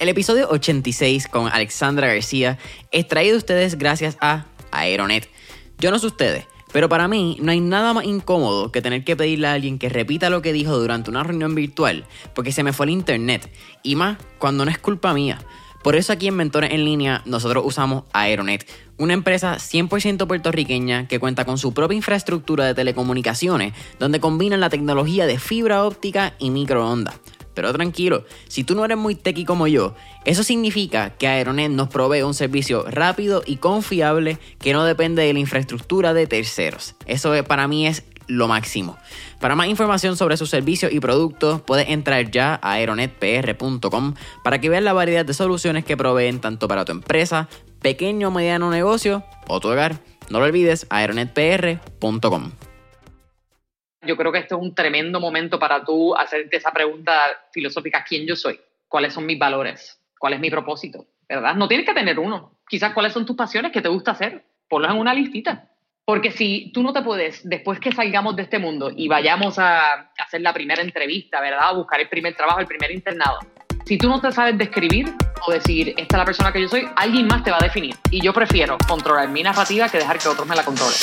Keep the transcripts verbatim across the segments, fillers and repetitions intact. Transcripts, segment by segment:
El episodio ochenta y seis con Alexandra García es traído a ustedes gracias a Aeronet. Yo no sé ustedes, pero para mí no hay nada más incómodo que tener que pedirle a alguien que repita lo que dijo durante una reunión virtual porque se me fue el internet, y más cuando no es culpa mía. Por eso aquí en Mentores en Línea nosotros usamos Aeronet, una empresa cien por ciento puertorriqueña que cuenta con su propia infraestructura de telecomunicaciones donde combinan la tecnología de fibra óptica y microondas. Pero tranquilo, si tú no eres muy techie como yo, eso significa que Aeronet nos provee un servicio rápido y confiable que no depende de la infraestructura de terceros. Eso para mí es lo máximo. Para más información sobre sus servicios y productos, puedes entrar ya a aeronet p r punto com para que veas la variedad de soluciones que proveen tanto para tu empresa, pequeño o mediano negocio o tu hogar. No lo olvides, aeronet p r punto com. Yo creo que este es un tremendo momento para tú hacerte esa pregunta filosófica: ¿quién yo soy? ¿Cuáles son mis valores? ¿Cuál es mi propósito? ¿Verdad? No tienes que tener uno. Quizás cuáles son tus pasiones que te gusta hacer. Ponlos en una listita. Porque si tú no te puedes, después que salgamos de este mundo y vayamos a hacer la primera entrevista, ¿verdad? A buscar el primer trabajo, el primer internado. Si tú no te sabes describir o decir, esta es la persona que yo soy, alguien más te va a definir. Y yo prefiero controlar mi narrativa que dejar que otros me la controlen.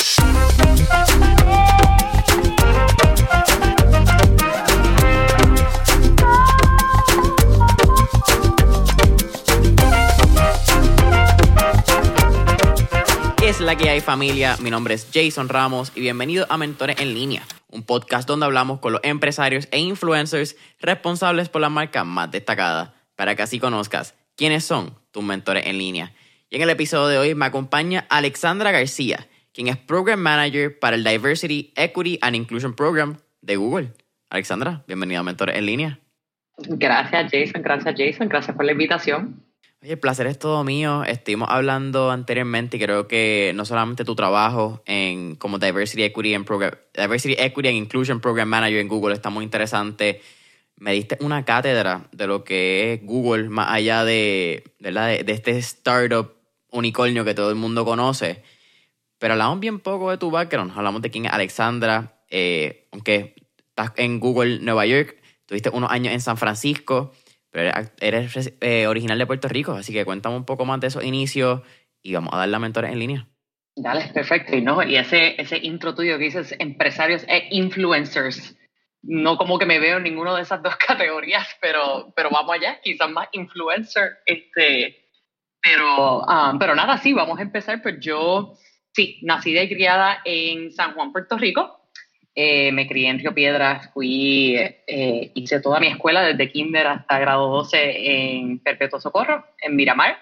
¿Qué es la que hay, familia? Mi nombre es Jason Ramos y bienvenido a Mentores en Línea, un podcast donde hablamos con los empresarios e influencers responsables por las marcas más destacadas, para que así conozcas quiénes son tus mentores en línea. Y en el episodio de hoy me acompaña Alexandra García, quien es Program Manager para el Diversity, Equity and Inclusion Program de Google. Alexandra, bienvenida a Mentores en Línea. Gracias, Jason. Gracias, Jason. Gracias por la invitación. Oye, el placer es todo mío. Estuvimos hablando anteriormente y creo que no solamente tu trabajo en como Diversity, Equity and Program, Diversity, Equity and Inclusion Program Manager en Google está muy interesante. Me diste una cátedra de lo que es Google, más allá de, ¿verdad? de, de este startup unicornio que todo el mundo conoce. Pero hablamos bien poco de tu background. Hablamos de quién es Alexandra, eh, aunque estás en Google Nueva York, tuviste unos años en San Francisco, pero eres, eres eh, original de Puerto Rico, así que cuéntame un poco más de esos inicios y vamos a dar la Mentores en Línea. Dale, perfecto. Y, ¿no? y ese, ese intro tuyo que dices empresarios e influencers, no como que me veo en ninguna de esas dos categorías, pero, pero vamos allá, quizás más influencer. Este, pero, um, pero nada, sí, vamos a empezar. Pues yo, sí, nací y criada en San Juan, Puerto Rico. Eh, me crié en Río Piedras, fui, eh, hice toda mi escuela desde kinder hasta grado doce en Perpetuo Socorro, en Miramar.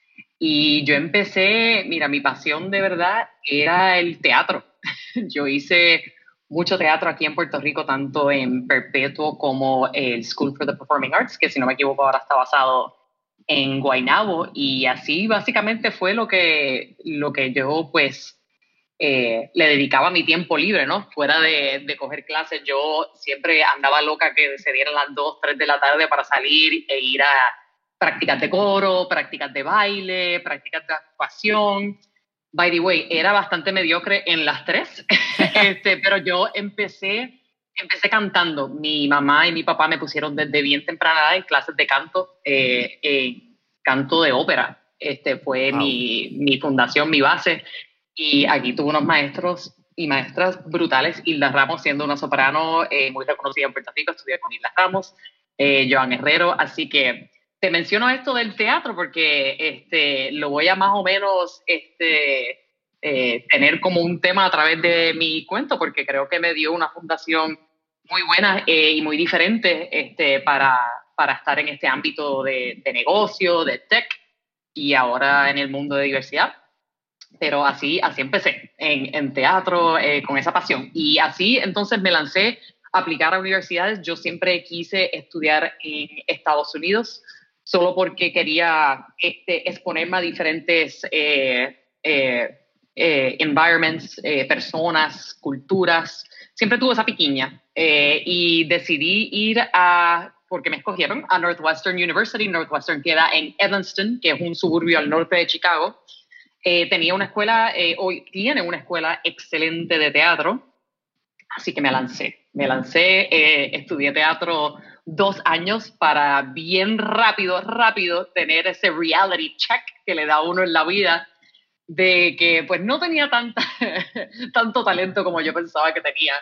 Y yo empecé, mira, mi pasión de verdad era el teatro. Yo hice mucho teatro aquí en Puerto Rico, tanto en Perpetuo como el School for the Performing Arts, que si no me equivoco ahora está basado en Guaynabo. Y así básicamente fue lo que, lo que yo pues... Eh, le dedicaba mi tiempo libre, ¿no? Fuera de, de coger clases, yo siempre andaba loca que se dieran las dos, tres de la tarde para salir e ir a prácticas de coro, prácticas de baile, prácticas de actuación. By the way, era bastante mediocre en las tres, este, pero yo empecé, empecé cantando. Mi mamá y mi papá me pusieron desde bien temprana edad en clases de canto, eh, en canto de ópera. Este fue wow. mi, mi fundación, mi base. Y aquí tuve unos maestros y maestras brutales. Hilda Ramos, siendo una soprano eh, muy reconocida en Puerto Rico, estudié con Hilda Ramos, eh, Joan Herrero. Así que te menciono esto del teatro porque este, lo voy a más o menos este, eh, tener como un tema a través de mi cuento, porque creo que me dio una fundación muy buena eh, y muy diferente este, para, para estar en este ámbito de, de negocio, de tech y ahora en el mundo de diversidad. Pero así, así empecé, en, en teatro, eh, con esa pasión. Y así entonces me lancé a aplicar a universidades. Yo siempre quise estudiar en Estados Unidos, solo porque quería este, exponerme a diferentes eh, eh, eh, environments, eh, personas, culturas. Siempre tuve esa piquiña. Eh, y decidí ir a, porque me escogieron, a Northwestern University. Northwestern queda en Evanston, que es un suburbio al norte de Chicago. Eh, tenía una escuela, eh, hoy tiene una escuela excelente de teatro, así que me lancé. Me lancé, eh, estudié teatro dos años para bien rápido, rápido tener ese reality check que le da a uno en la vida de que pues no tenía tanta, tanto talento como yo pensaba que tenía.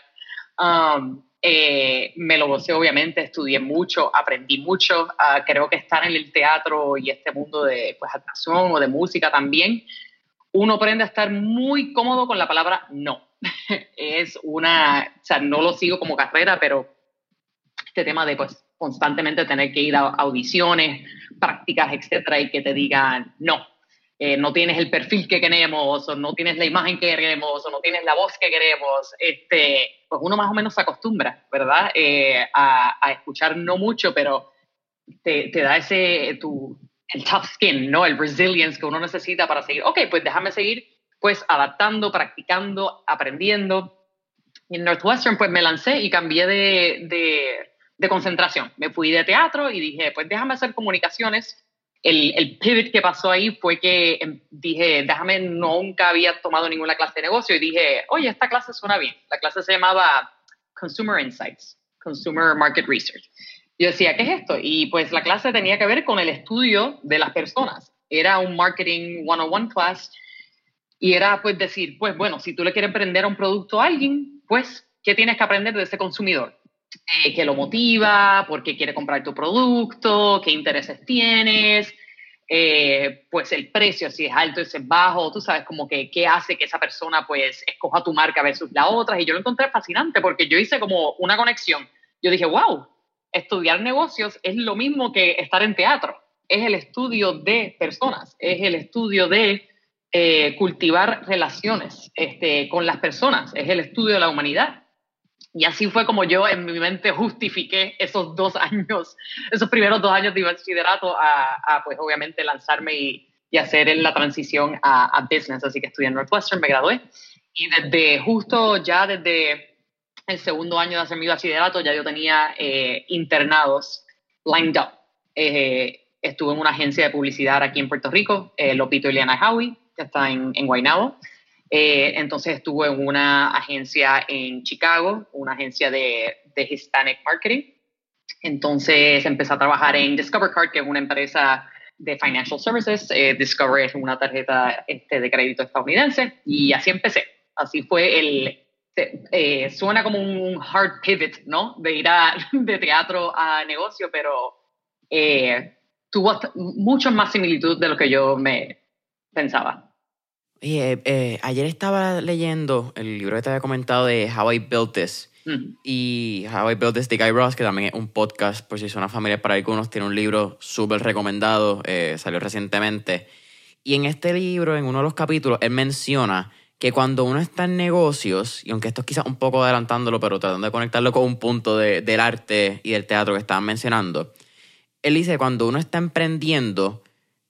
Um, eh, me lo gocé obviamente, estudié mucho, aprendí mucho. Uh, creo que estar en el teatro y este mundo de pues, actuación o de música también, uno aprende a estar muy cómodo con la palabra no. Es una, o sea, no lo sigo como carrera, pero este tema de pues constantemente tener que ir a audiciones, prácticas, etcétera, y que te digan no. Eh, no tienes el perfil que queremos, o no tienes la imagen que queremos, o no tienes la voz que queremos, este, pues uno más o menos se acostumbra, ¿verdad? Eh, a, a escuchar no mucho, pero te, te da ese, tu, el tough skin, ¿no? El resilience que uno necesita para seguir. Ok, pues déjame seguir, pues, adaptando, practicando, aprendiendo. Y en Northwestern, pues, me lancé y cambié de, de, de concentración. Me fui de teatro y dije, pues, déjame hacer comunicaciones. El, el pivot que pasó ahí fue que dije, déjame, nunca había tomado ninguna clase de negocio y dije, oye, esta clase suena bien. La clase se llamaba Consumer Insights, Consumer Market Research. Yo decía, ¿qué es esto? Y pues la clase tenía que ver con el estudio de las personas. Era un Marketing one oh one class y era pues decir, pues bueno, si tú le quieres vender un producto a alguien, pues, ¿qué tienes que aprender de ese consumidor? Eh, ¿Qué lo motiva? ¿Por qué quiere comprar tu producto? ¿Qué intereses tienes? Eh, pues el precio, si es alto, si es bajo, tú sabes, como que qué hace que esa persona pues escoja tu marca versus la otra. Y yo lo encontré fascinante porque yo hice como una conexión. Yo dije, wow, estudiar negocios es lo mismo que estar en teatro. Es el estudio de personas, es el estudio de eh, cultivar relaciones este, con las personas, es el estudio de la humanidad. Y así fue como yo en mi mente justifiqué esos dos años, esos primeros dos años de bachillerato a, a pues obviamente lanzarme y, y hacer la transición a, a business. Así que estudié en Northwestern, me gradué. Y desde justo ya desde el segundo año de hacer mi bachillerato ya yo tenía eh, internados lined up. Eh, estuve en una agencia de publicidad aquí en Puerto Rico, eh, Lopito y Liana Howie, que está en, en Guaynabo. Eh, entonces estuve en una agencia en Chicago, una agencia de, de Hispanic Marketing. Entonces empecé a trabajar en Discover Card, que es una empresa de financial services. Eh, Discover es una tarjeta este, de crédito estadounidense y así empecé. Así fue el... Eh, suena como un hard pivot, ¿no? De ir a, de teatro a negocio, pero eh, tuvo mucho más similitud de lo que yo me pensaba. Oye, eh, ayer estaba leyendo el libro que te había comentado de How I Built This. Mm. Y How I Built This de Guy Raz, que también es un podcast, por si son familiares para algunos, tiene un libro súper recomendado, eh, salió recientemente. Y en este libro, en uno de los capítulos, él menciona que cuando uno está en negocios, y aunque esto es quizás un poco adelantándolo, pero tratando de conectarlo con un punto de, del arte y del teatro que estaban mencionando, él dice que cuando uno está emprendiendo,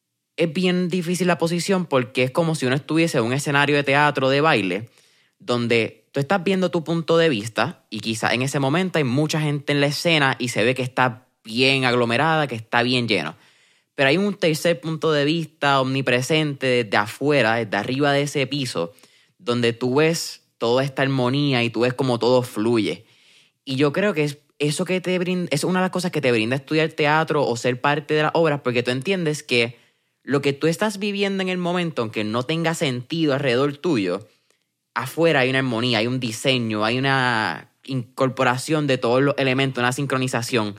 es bien difícil la posición porque es como si uno estuviese en un escenario de teatro, de baile, donde tú estás viendo tu punto de vista y quizás en ese momento hay mucha gente en la escena y se ve que está bien aglomerada, que está bien lleno. Pero hay un tercer punto de vista omnipresente desde afuera, desde arriba de ese piso, donde tú ves toda esta armonía y tú ves cómo todo fluye. Y yo creo que es eso que te brinda, es una de las cosas que te brinda estudiar teatro o ser parte de las obras, porque tú entiendes que lo que tú estás viviendo en el momento, aunque no tenga sentido alrededor tuyo, afuera hay una armonía, hay un diseño, hay una incorporación de todos los elementos, una sincronización.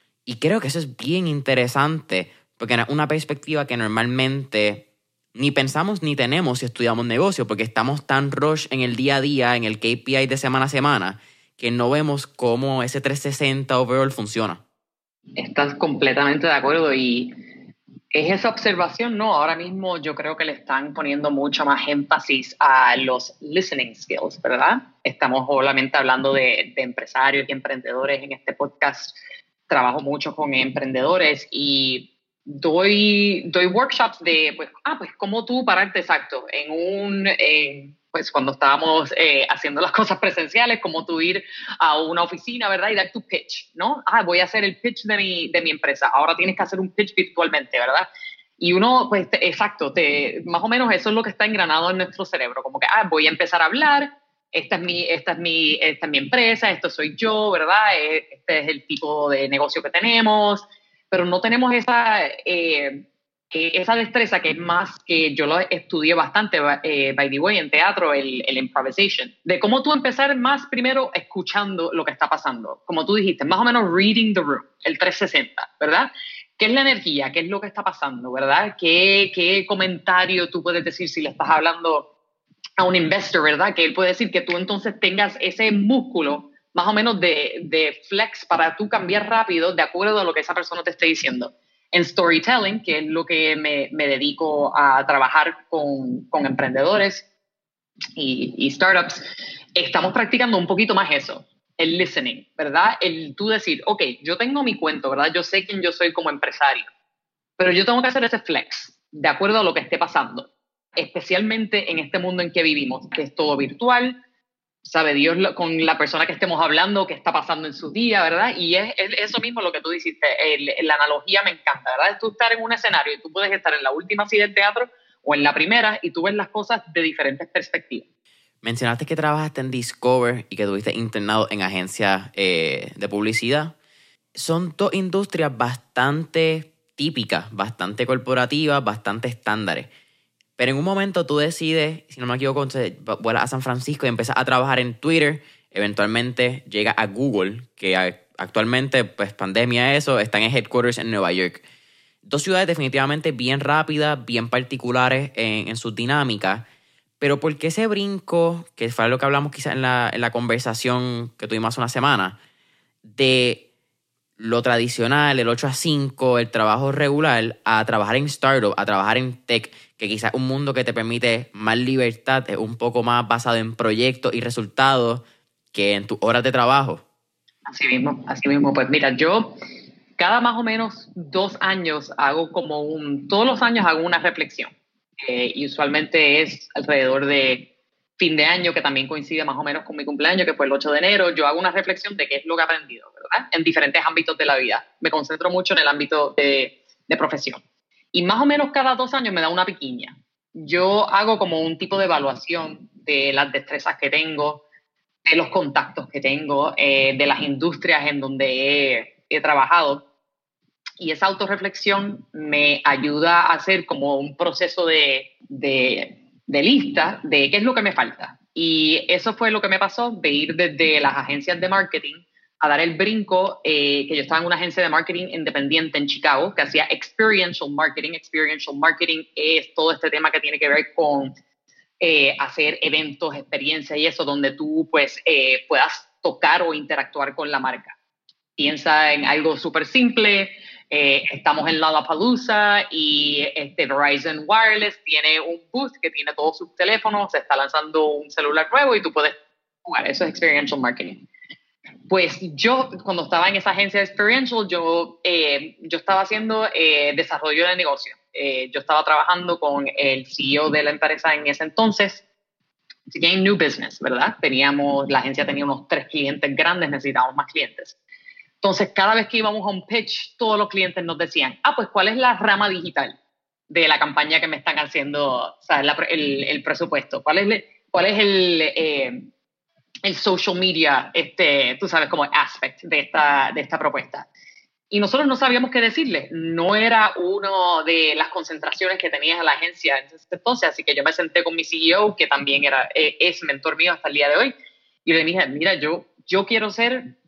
Y creo que eso es bien interesante, porque es una perspectiva que normalmente ni pensamos ni tenemos si estudiamos negocio, porque estamos tan rush en el día a día, en el K P I de semana a semana, que no vemos cómo ese trescientos sesenta overall funciona. Estás completamente de acuerdo y es esa observación, ¿no? Ahora mismo yo creo que le están poniendo mucho más énfasis a los listening skills, ¿verdad? Estamos obviamente hablando de, de empresarios y emprendedores en este podcast. Trabajo mucho con emprendedores y doy, doy workshops de, pues, ah, pues, cómo tú pararte exacto en un... En, pues cuando estábamos eh, haciendo las cosas presenciales, como tú ir a una oficina, ¿verdad? Y dar tu pitch, ¿no? Ah, voy a hacer el pitch de mi, de mi empresa. Ahora tienes que hacer un pitch virtualmente, ¿verdad? Y uno, pues, te, exacto, te, más o menos eso es lo que está engranado en nuestro cerebro. Como que, ah, voy a empezar a hablar, esta es mi, esta es mi, esta es mi empresa, esto soy yo, ¿verdad? Este es el tipo de negocio que tenemos, pero no tenemos esa, eh, esa destreza que es más que yo lo estudié bastante, eh, by the way, en teatro, el, el improvisation, de cómo tú empezar más primero escuchando lo que está pasando, como tú dijiste, más o menos reading the room, el trescientos sesenta, ¿verdad? ¿Qué es la energía? ¿Qué es lo que está pasando? ¿Verdad? ¿Qué, qué comentario tú puedes decir si le estás hablando a un investor, ¿verdad? Que él puede decir que tú entonces tengas ese músculo más o menos de, de flex para tú cambiar rápido de acuerdo a lo que esa persona te esté diciendo. En storytelling, que es lo que me, me dedico a trabajar con, con emprendedores y, y startups, estamos practicando un poquito más eso. El listening, ¿verdad? El tú decir, ok, yo tengo mi cuento, ¿verdad? Yo sé quién yo soy como empresario, pero yo tengo que hacer ese flex de acuerdo a lo que esté pasando, especialmente en este mundo en que vivimos, que es todo virtual, sabe Dios lo, con la persona que estemos hablando, qué está pasando en su día, ¿verdad? Y es, es eso mismo lo que tú dijiste, el, la analogía me encanta, ¿verdad? Es tú estar en un escenario y tú puedes estar en la última silla del teatro o en la primera y tú ves las cosas de diferentes perspectivas. Mencionaste que trabajaste en Discover y que tuviste internado en agencias eh, de publicidad. Son dos industrias bastante típicas, bastante corporativas, bastante estándares. Pero en un momento tú decides, si no me equivoco, vuelas a San Francisco y empiezas a trabajar en Twitter. Eventualmente llegas a Google, que actualmente, pues pandemia, eso, están en headquarters en Nueva York. Dos ciudades definitivamente bien rápidas, bien particulares en, en sus dinámicas. Pero ¿por qué ese brinco, que fue lo que hablamos quizás en la, en la conversación que tuvimos hace una semana, de lo tradicional, el ocho a cinco, el trabajo regular, a trabajar en startup, a trabajar en tech, que quizás un mundo que te permite más libertad, es un poco más basado en proyectos y resultados que en tus horas de trabajo? Así mismo, así mismo. Pues mira, yo cada más o menos dos años hago como un, todos los años hago una reflexión. Eh, y usualmente es alrededor de fin de año, que también coincide más o menos con mi cumpleaños, que fue el ocho de enero. Yo hago una reflexión de qué es lo que he aprendido, ¿verdad? En diferentes ámbitos de la vida. Me concentro mucho en el ámbito de, de profesión. Y más o menos cada dos años me da una piquiña. Yo hago como un tipo de evaluación de las destrezas que tengo, de los contactos que tengo, eh, de las industrias en donde he, he trabajado. Y esa autorreflexión me ayuda a hacer como un proceso de, de, de lista de qué es lo que me falta. Y eso fue lo que me pasó, de ir desde las agencias de marketing a dar el brinco, eh, que yo estaba en una agencia de marketing independiente en Chicago, que hacía experiential marketing. Experiential marketing es todo este tema que tiene que ver con eh, hacer eventos, experiencias y eso, donde tú pues eh, puedas tocar o interactuar con la marca. Piensa en algo súper simple. Eh, estamos en Lollapalooza y este Verizon Wireless tiene un booth que tiene todos sus teléfonos, se está lanzando un celular nuevo y tú puedes jugar. Eso es experiential marketing. Pues yo, cuando estaba en esa agencia de experiential, yo, eh, yo estaba haciendo eh, desarrollo de negocio. Eh, yo estaba trabajando con el C E O de la empresa en ese entonces. Así que en New Business, ¿verdad? Teníamos, la agencia tenía unos tres clientes grandes, necesitábamos más clientes. Entonces, cada vez que íbamos a un pitch, todos los clientes nos decían, ah, pues, ¿cuál es la rama digital de la campaña que me están haciendo, o sea, la, el, el presupuesto? ¿Cuál es, cuál es el, eh, el social media, este, tú sabes, como aspect de esta, de esta propuesta? Y nosotros no sabíamos qué decirle. No era una de las concentraciones que tenía la agencia en ese entonces, así que yo me senté con mi C E O, que también era, eh, es mentor mío hasta el día de hoy, y le dije, mira, yo, yo quiero ser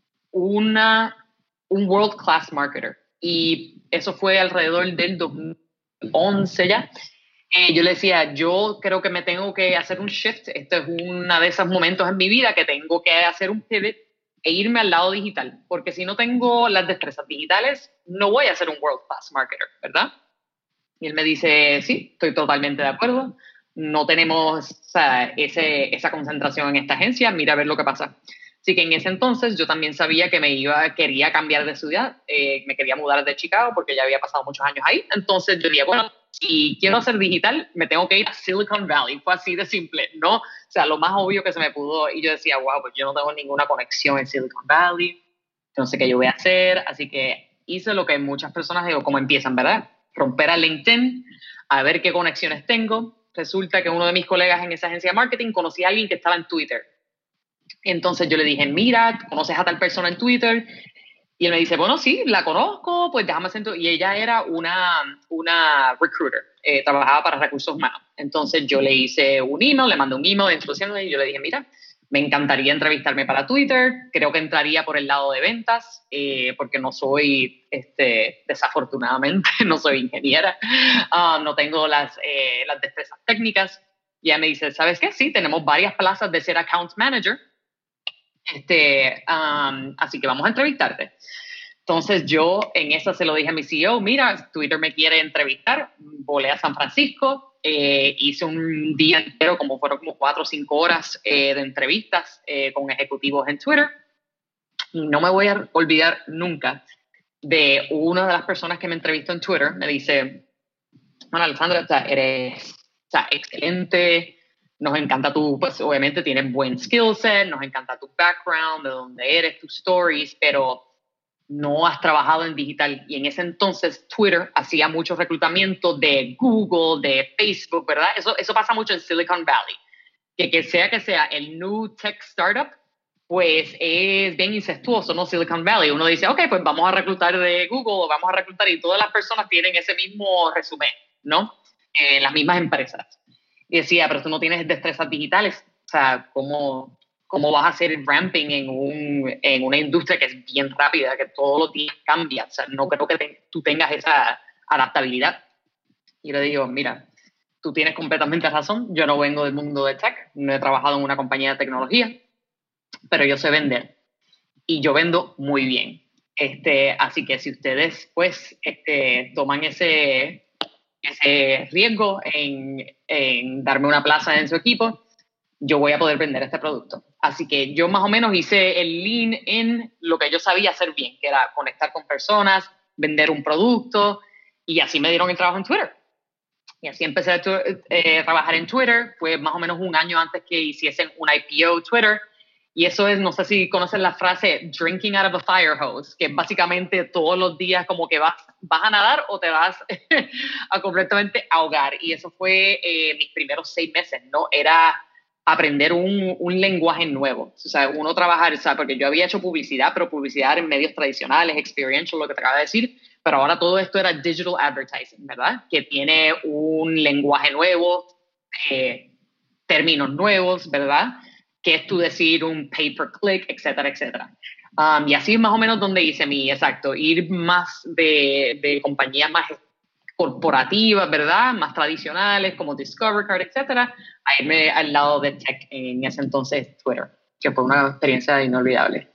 una, un world class marketer. Y eso fue alrededor del dos mil once ya. Eh, yo le decía, yo creo que me tengo que hacer un shift. Este es uno de esos momentos en mi vida que tengo que hacer un pivot e irme al lado digital. Porque si no tengo las destrezas digitales, no voy a ser un world class marketer, ¿verdad? Y él me dice, sí, estoy totalmente de acuerdo. No tenemos, o sea, ese, esa concentración en esta agencia. Mira a ver lo que pasa. Así que en ese entonces yo también sabía que me iba, quería cambiar de ciudad, eh, me quería mudar de Chicago porque ya había pasado muchos años ahí. Entonces yo dije, bueno, si quiero hacer digital, me tengo que ir a Silicon Valley. Fue así de simple, ¿no? O sea, lo más obvio que se me pudo. Y yo decía, wow, pues yo no tengo ninguna conexión en Silicon Valley, no sé qué yo voy a hacer. Así que hice lo que muchas personas digo, como empiezan, ¿verdad? Romper a LinkedIn, a ver qué conexiones tengo. resulta que uno de mis colegas en esa agencia de marketing conocía a alguien que estaba en Twitter. Entonces yo le dije, mira, ¿conoces a tal persona en Twitter? Y él me dice, bueno, sí, la conozco, pues déjame hacer... Y ella era una, una recruiter, eh, trabajaba para recursos humanos. Entonces yo le hice un email, le mandé un email de introducción y yo le dije, mira, me encantaría entrevistarme para Twitter, creo que entraría por el lado de ventas, eh, porque no soy, este, desafortunadamente, no soy ingeniera, uh, no tengo las, eh, las destrezas técnicas. Y ella me dice, ¿sabes qué? Sí, tenemos varias plazas de ser account manager, este, um, así que vamos a entrevistarte. Entonces yo en esa se lo dije a mi C E O, mira, Twitter me quiere entrevistar, volé a San Francisco, eh, hice un día entero, como fueron como cuatro o cinco horas eh, de entrevistas eh, con ejecutivos en Twitter, y no me voy a olvidar nunca de una de las personas que me entrevistó en Twitter, me dice, bueno, Alexandra, o sea, eres o sea, excelente, nos encanta tu, pues obviamente tienes buen skill set, nos encanta tu background, de dónde eres, tus stories, pero no has trabajado en digital. Y en ese entonces Twitter hacía mucho reclutamiento de Google, de Facebook, ¿verdad? Eso, eso pasa mucho en Silicon Valley. Que, que sea que sea el new tech startup, pues es bien incestuoso, ¿no? Silicon Valley. Uno dice, ok, pues vamos a reclutar de Google, vamos a reclutar, y todas las personas tienen ese mismo resumen, ¿no? Eh, las mismas empresas. Y decía, pero tú no tienes destrezas digitales. O sea, ¿cómo, cómo vas a hacer ramping en, un, en una industria que es bien rápida, que todos los días cambia? O sea, no creo que te, tú tengas esa adaptabilidad. Y le digo, mira, tú tienes completamente razón. Yo no vengo del mundo de tech, no he trabajado en una compañía de tecnología, pero yo sé vender. Y yo vendo muy bien. Este, así que si ustedes, pues, este, toman ese... ese riesgo en, en darme una plaza en su equipo, yo voy a poder vender este producto. Así que yo más o menos hice el lean en lo que yo sabía hacer bien, que era conectar con personas, vender un producto, y así me dieron el trabajo en Twitter. Y así empecé a eh, trabajar en Twitter. Fue más o menos un año antes que hiciesen un I P O Twitter. Y eso es, no sé si conocen la frase drinking out of a fire hose, que es básicamente todos los días como que vas, vas a nadar o te vas a completamente ahogar. Y eso fue eh, mis primeros seis meses, ¿no? Era aprender un, un lenguaje nuevo. O sea, uno trabajar, o sea, porque yo había hecho publicidad, pero publicidad en medios tradicionales, experiential, lo que te acabo de decir, pero ahora todo esto era digital advertising, ¿verdad? Que tiene un lenguaje nuevo, eh, términos nuevos, ¿verdad? Que es tú decir un pay per click, etcétera, etcétera. Um, y así es más o menos donde hice mi, exacto, ir más de, de compañías más corporativas, ¿verdad? Más tradicionales como Discover Card, etcétera, a irme al lado de tech en ese entonces Twitter, que fue una experiencia inolvidable.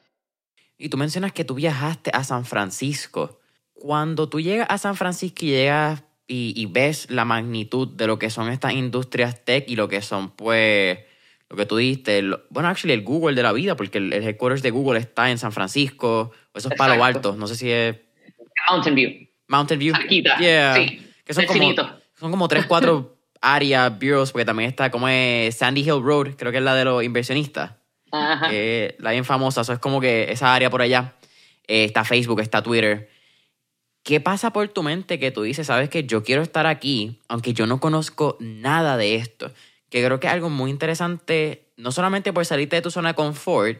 Y tú mencionas que tú viajaste a San Francisco. Cuando tú llegas a San Francisco y llegas y, y ves la magnitud de lo que son estas industrias tech y lo que son, pues, lo que tú diste, el, bueno, actually el Google de la vida, porque el, el headquarters de Google está en San Francisco, o esos Palo Alto, no sé si es... Mountain View. Mountain View. Cerquita, yeah. sí. Que son como, son como tres, cuatro áreas, bureaus, porque también está como es Sandy Hill Road, creo que es la de los inversionistas. Ajá. Eh, la bien famosa, eso es como que esa área por allá. Eh, está Facebook, está Twitter. ¿Qué pasa por tu mente que tú dices, sabes que yo quiero estar aquí, aunque yo no conozco nada de esto? Que creo que es algo muy interesante, no solamente por salirte de tu zona de confort,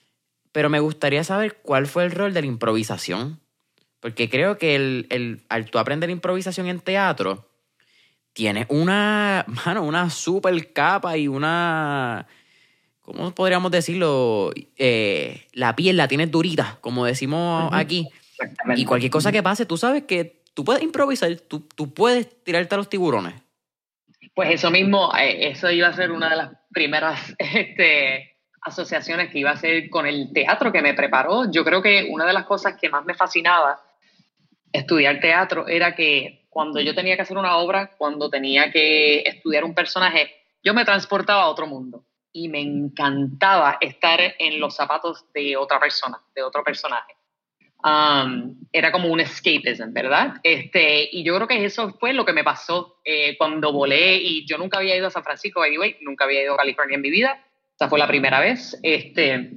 pero me gustaría saber cuál fue el rol de la improvisación. Porque creo que el, el, al tú aprender improvisación en teatro, tienes una, mano, una super capa y una... ¿Cómo podríamos decirlo? Eh, la piel la tienes durita, como decimos uh-huh. aquí. Y cualquier cosa que pase, tú sabes que tú puedes improvisar, tú, tú puedes tirarte a los tiburones. Pues eso mismo, eh, eso iba a ser una de las primeras este, asociaciones que iba a hacer con el teatro que me preparó. Yo creo que una de las cosas que más me fascinaba estudiar teatro era que cuando yo tenía que hacer una obra, cuando tenía que estudiar un personaje, yo me transportaba a otro mundo. Y me encantaba estar en los zapatos de otra persona, de otro personaje. Um, era como un escapism, ¿verdad? Este, y yo creo que eso fue lo que me pasó eh, cuando volé, y yo nunca había ido a San Francisco, by the way, nunca había ido a California en mi vida, esa fue la primera vez. Este,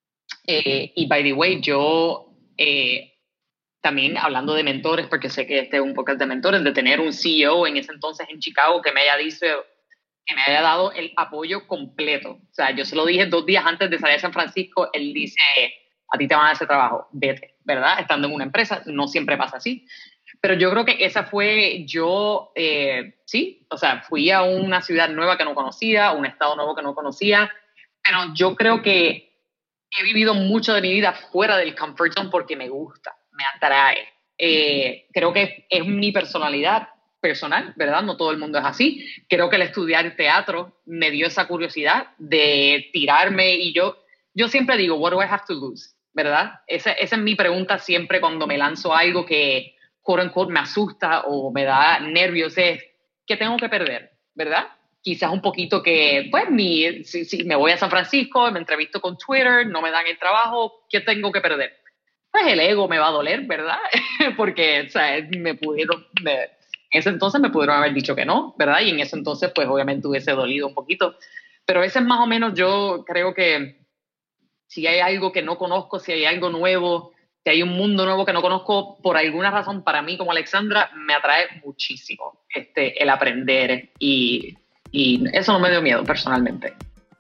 eh, y by the way, yo eh, también hablando de mentores, porque sé que este es un podcast de mentores, de tener un C E O en ese entonces en Chicago que me haya dicho, que me haya dado el apoyo completo. O sea, yo se lo dije dos días antes de salir a San Francisco, él dice, a ti te van a dar ese trabajo, vete, ¿verdad? Estando en una empresa, no siempre pasa así. Pero yo creo que esa fue yo, eh, sí, o sea, fui a una ciudad nueva que no conocía, un estado nuevo que no conocía, pero yo creo que he vivido mucho de mi vida fuera del comfort zone porque me gusta, me atrae. Eh, creo que es mi personalidad personal, ¿verdad? No todo el mundo es así. Creo que el estudiar teatro me dio esa curiosidad de tirarme y yo, yo siempre digo, what do I have to lose? ¿Verdad? Esa, esa es mi pregunta siempre cuando me lanzo algo que, quote unquote, me asusta o me da nervios, es, ¿qué tengo que perder? ¿Verdad? Quizás un poquito que, pues, mi, si, si me voy a San Francisco, me entrevisto con Twitter, no me dan el trabajo, ¿qué tengo que perder? Pues el ego me va a doler, ¿verdad? Porque, o sea, me pudieron, me, en ese entonces me pudieron haber dicho que no, ¿verdad? Y en ese entonces, pues, obviamente hubiese dolido un poquito. Pero ese es más o menos, yo creo que si hay algo que no conozco, si hay algo nuevo, si hay un mundo nuevo que no conozco, por alguna razón, para mí como Alexandra, me atrae muchísimo este, el aprender y, y eso no me dio miedo personalmente.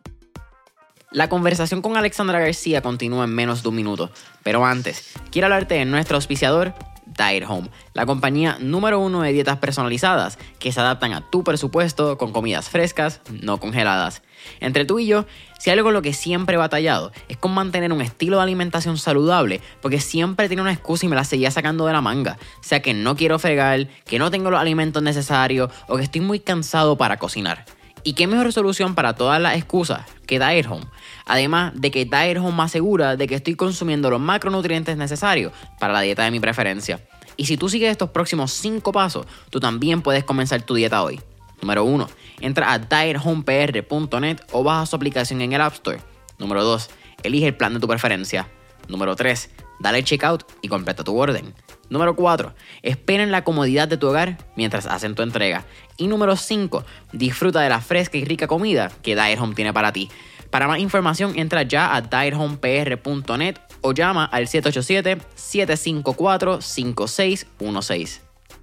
La conversación con Alexandra García continúa en menos de un minuto, pero antes, quiero hablarte de nuestro auspiciador, Diet Home, la compañía número uno de dietas personalizadas que se adaptan a tu presupuesto con comidas frescas, no congeladas. Entre tú y yo, si algo con lo que siempre he batallado es con mantener un estilo de alimentación saludable, porque siempre tenía una excusa y me la seguía sacando de la manga, sea que no quiero fregar, que no tengo los alimentos necesarios o que estoy muy cansado para cocinar. ¿Y qué mejor solución para todas las excusas que Diet Home? Además de que Diet Home me asegura de que estoy consumiendo los macronutrientes necesarios para la dieta de mi preferencia. Y si tú sigues estos próximos cinco pasos, tú también puedes comenzar tu dieta hoy. Número uno, entra a diet home p r punto net o baja su aplicación en el App Store. Número dos, elige el plan de tu preferencia. Número tres, dale checkout y completa tu orden. Número cuatro, espera en la comodidad de tu hogar mientras hacen tu entrega. Y número cinco, disfruta de la fresca y rica comida que Diet Home tiene para ti. Para más información, entra ya a diet home p r punto net o llama al siete ocho siete, siete cinco cuatro, cinco seis uno seis.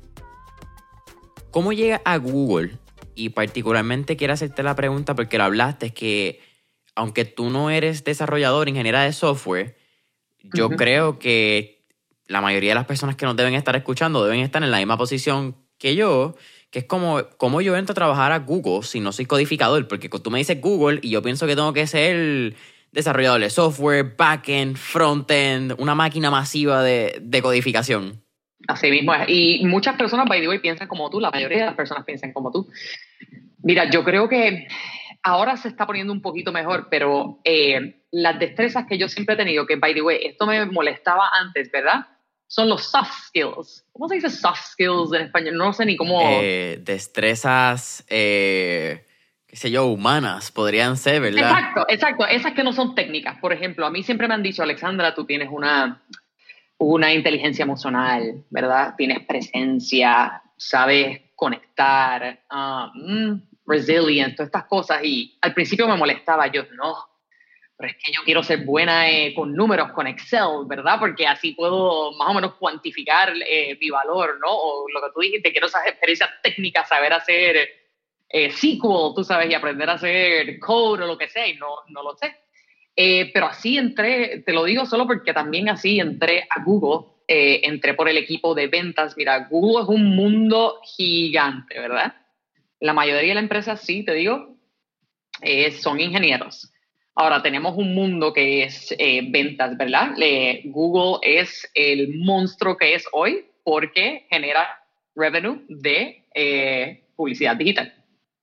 ¿Cómo llega a Google? Y particularmente quiero hacerte la pregunta porque lo hablaste, es que aunque tú no eres desarrollador, ingeniera de software, yo uh-huh. creo que la mayoría de las personas que nos deben estar escuchando deben estar en la misma posición que yo, que es como, ¿cómo yo entro a trabajar a Google si no soy codificador? Porque tú me dices Google y yo pienso que tengo que ser desarrollador de software, backend, frontend, una máquina masiva de, de codificación. Así mismo es. Y muchas personas, by the way, piensan como tú. La mayoría de las personas piensan como tú. Mira, yo creo que ahora se está poniendo un poquito mejor, pero eh, las destrezas que yo siempre he tenido, que, by the way, esto me molestaba antes, ¿verdad? Son los soft skills. ¿Cómo se dice soft skills en español? No sé ni cómo... Eh, destrezas, eh, qué sé yo, humanas podrían ser, ¿verdad? Exacto, exacto. Esas que no son técnicas. Por ejemplo, a mí siempre me han dicho, Alexandra, tú tienes una... una inteligencia emocional, ¿verdad? Tienes presencia, sabes conectar, um, resilient, todas estas cosas. Y al principio me molestaba, yo, no, pero es que yo quiero ser buena eh, con números, con Excel, ¿verdad? Porque así puedo más o menos cuantificar eh, mi valor, ¿no? O lo que tú dijiste, quiero esas experiencias técnicas, saber hacer eh, S Q L, tú sabes, y aprender a hacer code o lo que sea, y no, no lo sé. Eh, pero así entré, te lo digo solo porque también así entré a Google, eh, entré por el equipo de ventas. Mira, Google es un mundo gigante, ¿verdad? La mayoría de las empresas, sí, te digo, eh, son ingenieros. Ahora, tenemos un mundo que es eh, ventas, ¿verdad? Le, Google es el monstruo que es hoy porque genera revenue de eh, publicidad digital.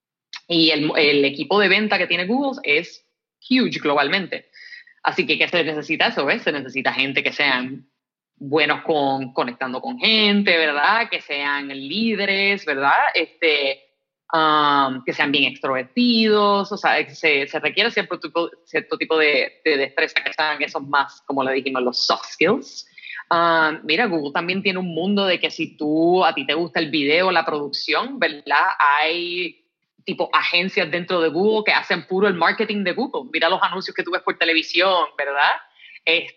Y el, el equipo de venta que tiene Google es huge globalmente. Así que, ¿qué se necesita eso? ¿Ves? Se necesita gente que sean buenos con, conectando con gente, ¿verdad? Que sean líderes, ¿verdad? Este, um, que sean bien extrovertidos, o sea, se, se requiere cierto tipo, cierto tipo de, de destreza que sean esos más, como le dijimos, los soft skills. Um, mira, Google también tiene un mundo de que si tú, a ti te gusta el video, la producción, ¿verdad? Hay tipo agencias dentro de Google que hacen puro el marketing de Google. Mira los anuncios que tú ves por televisión, ¿verdad?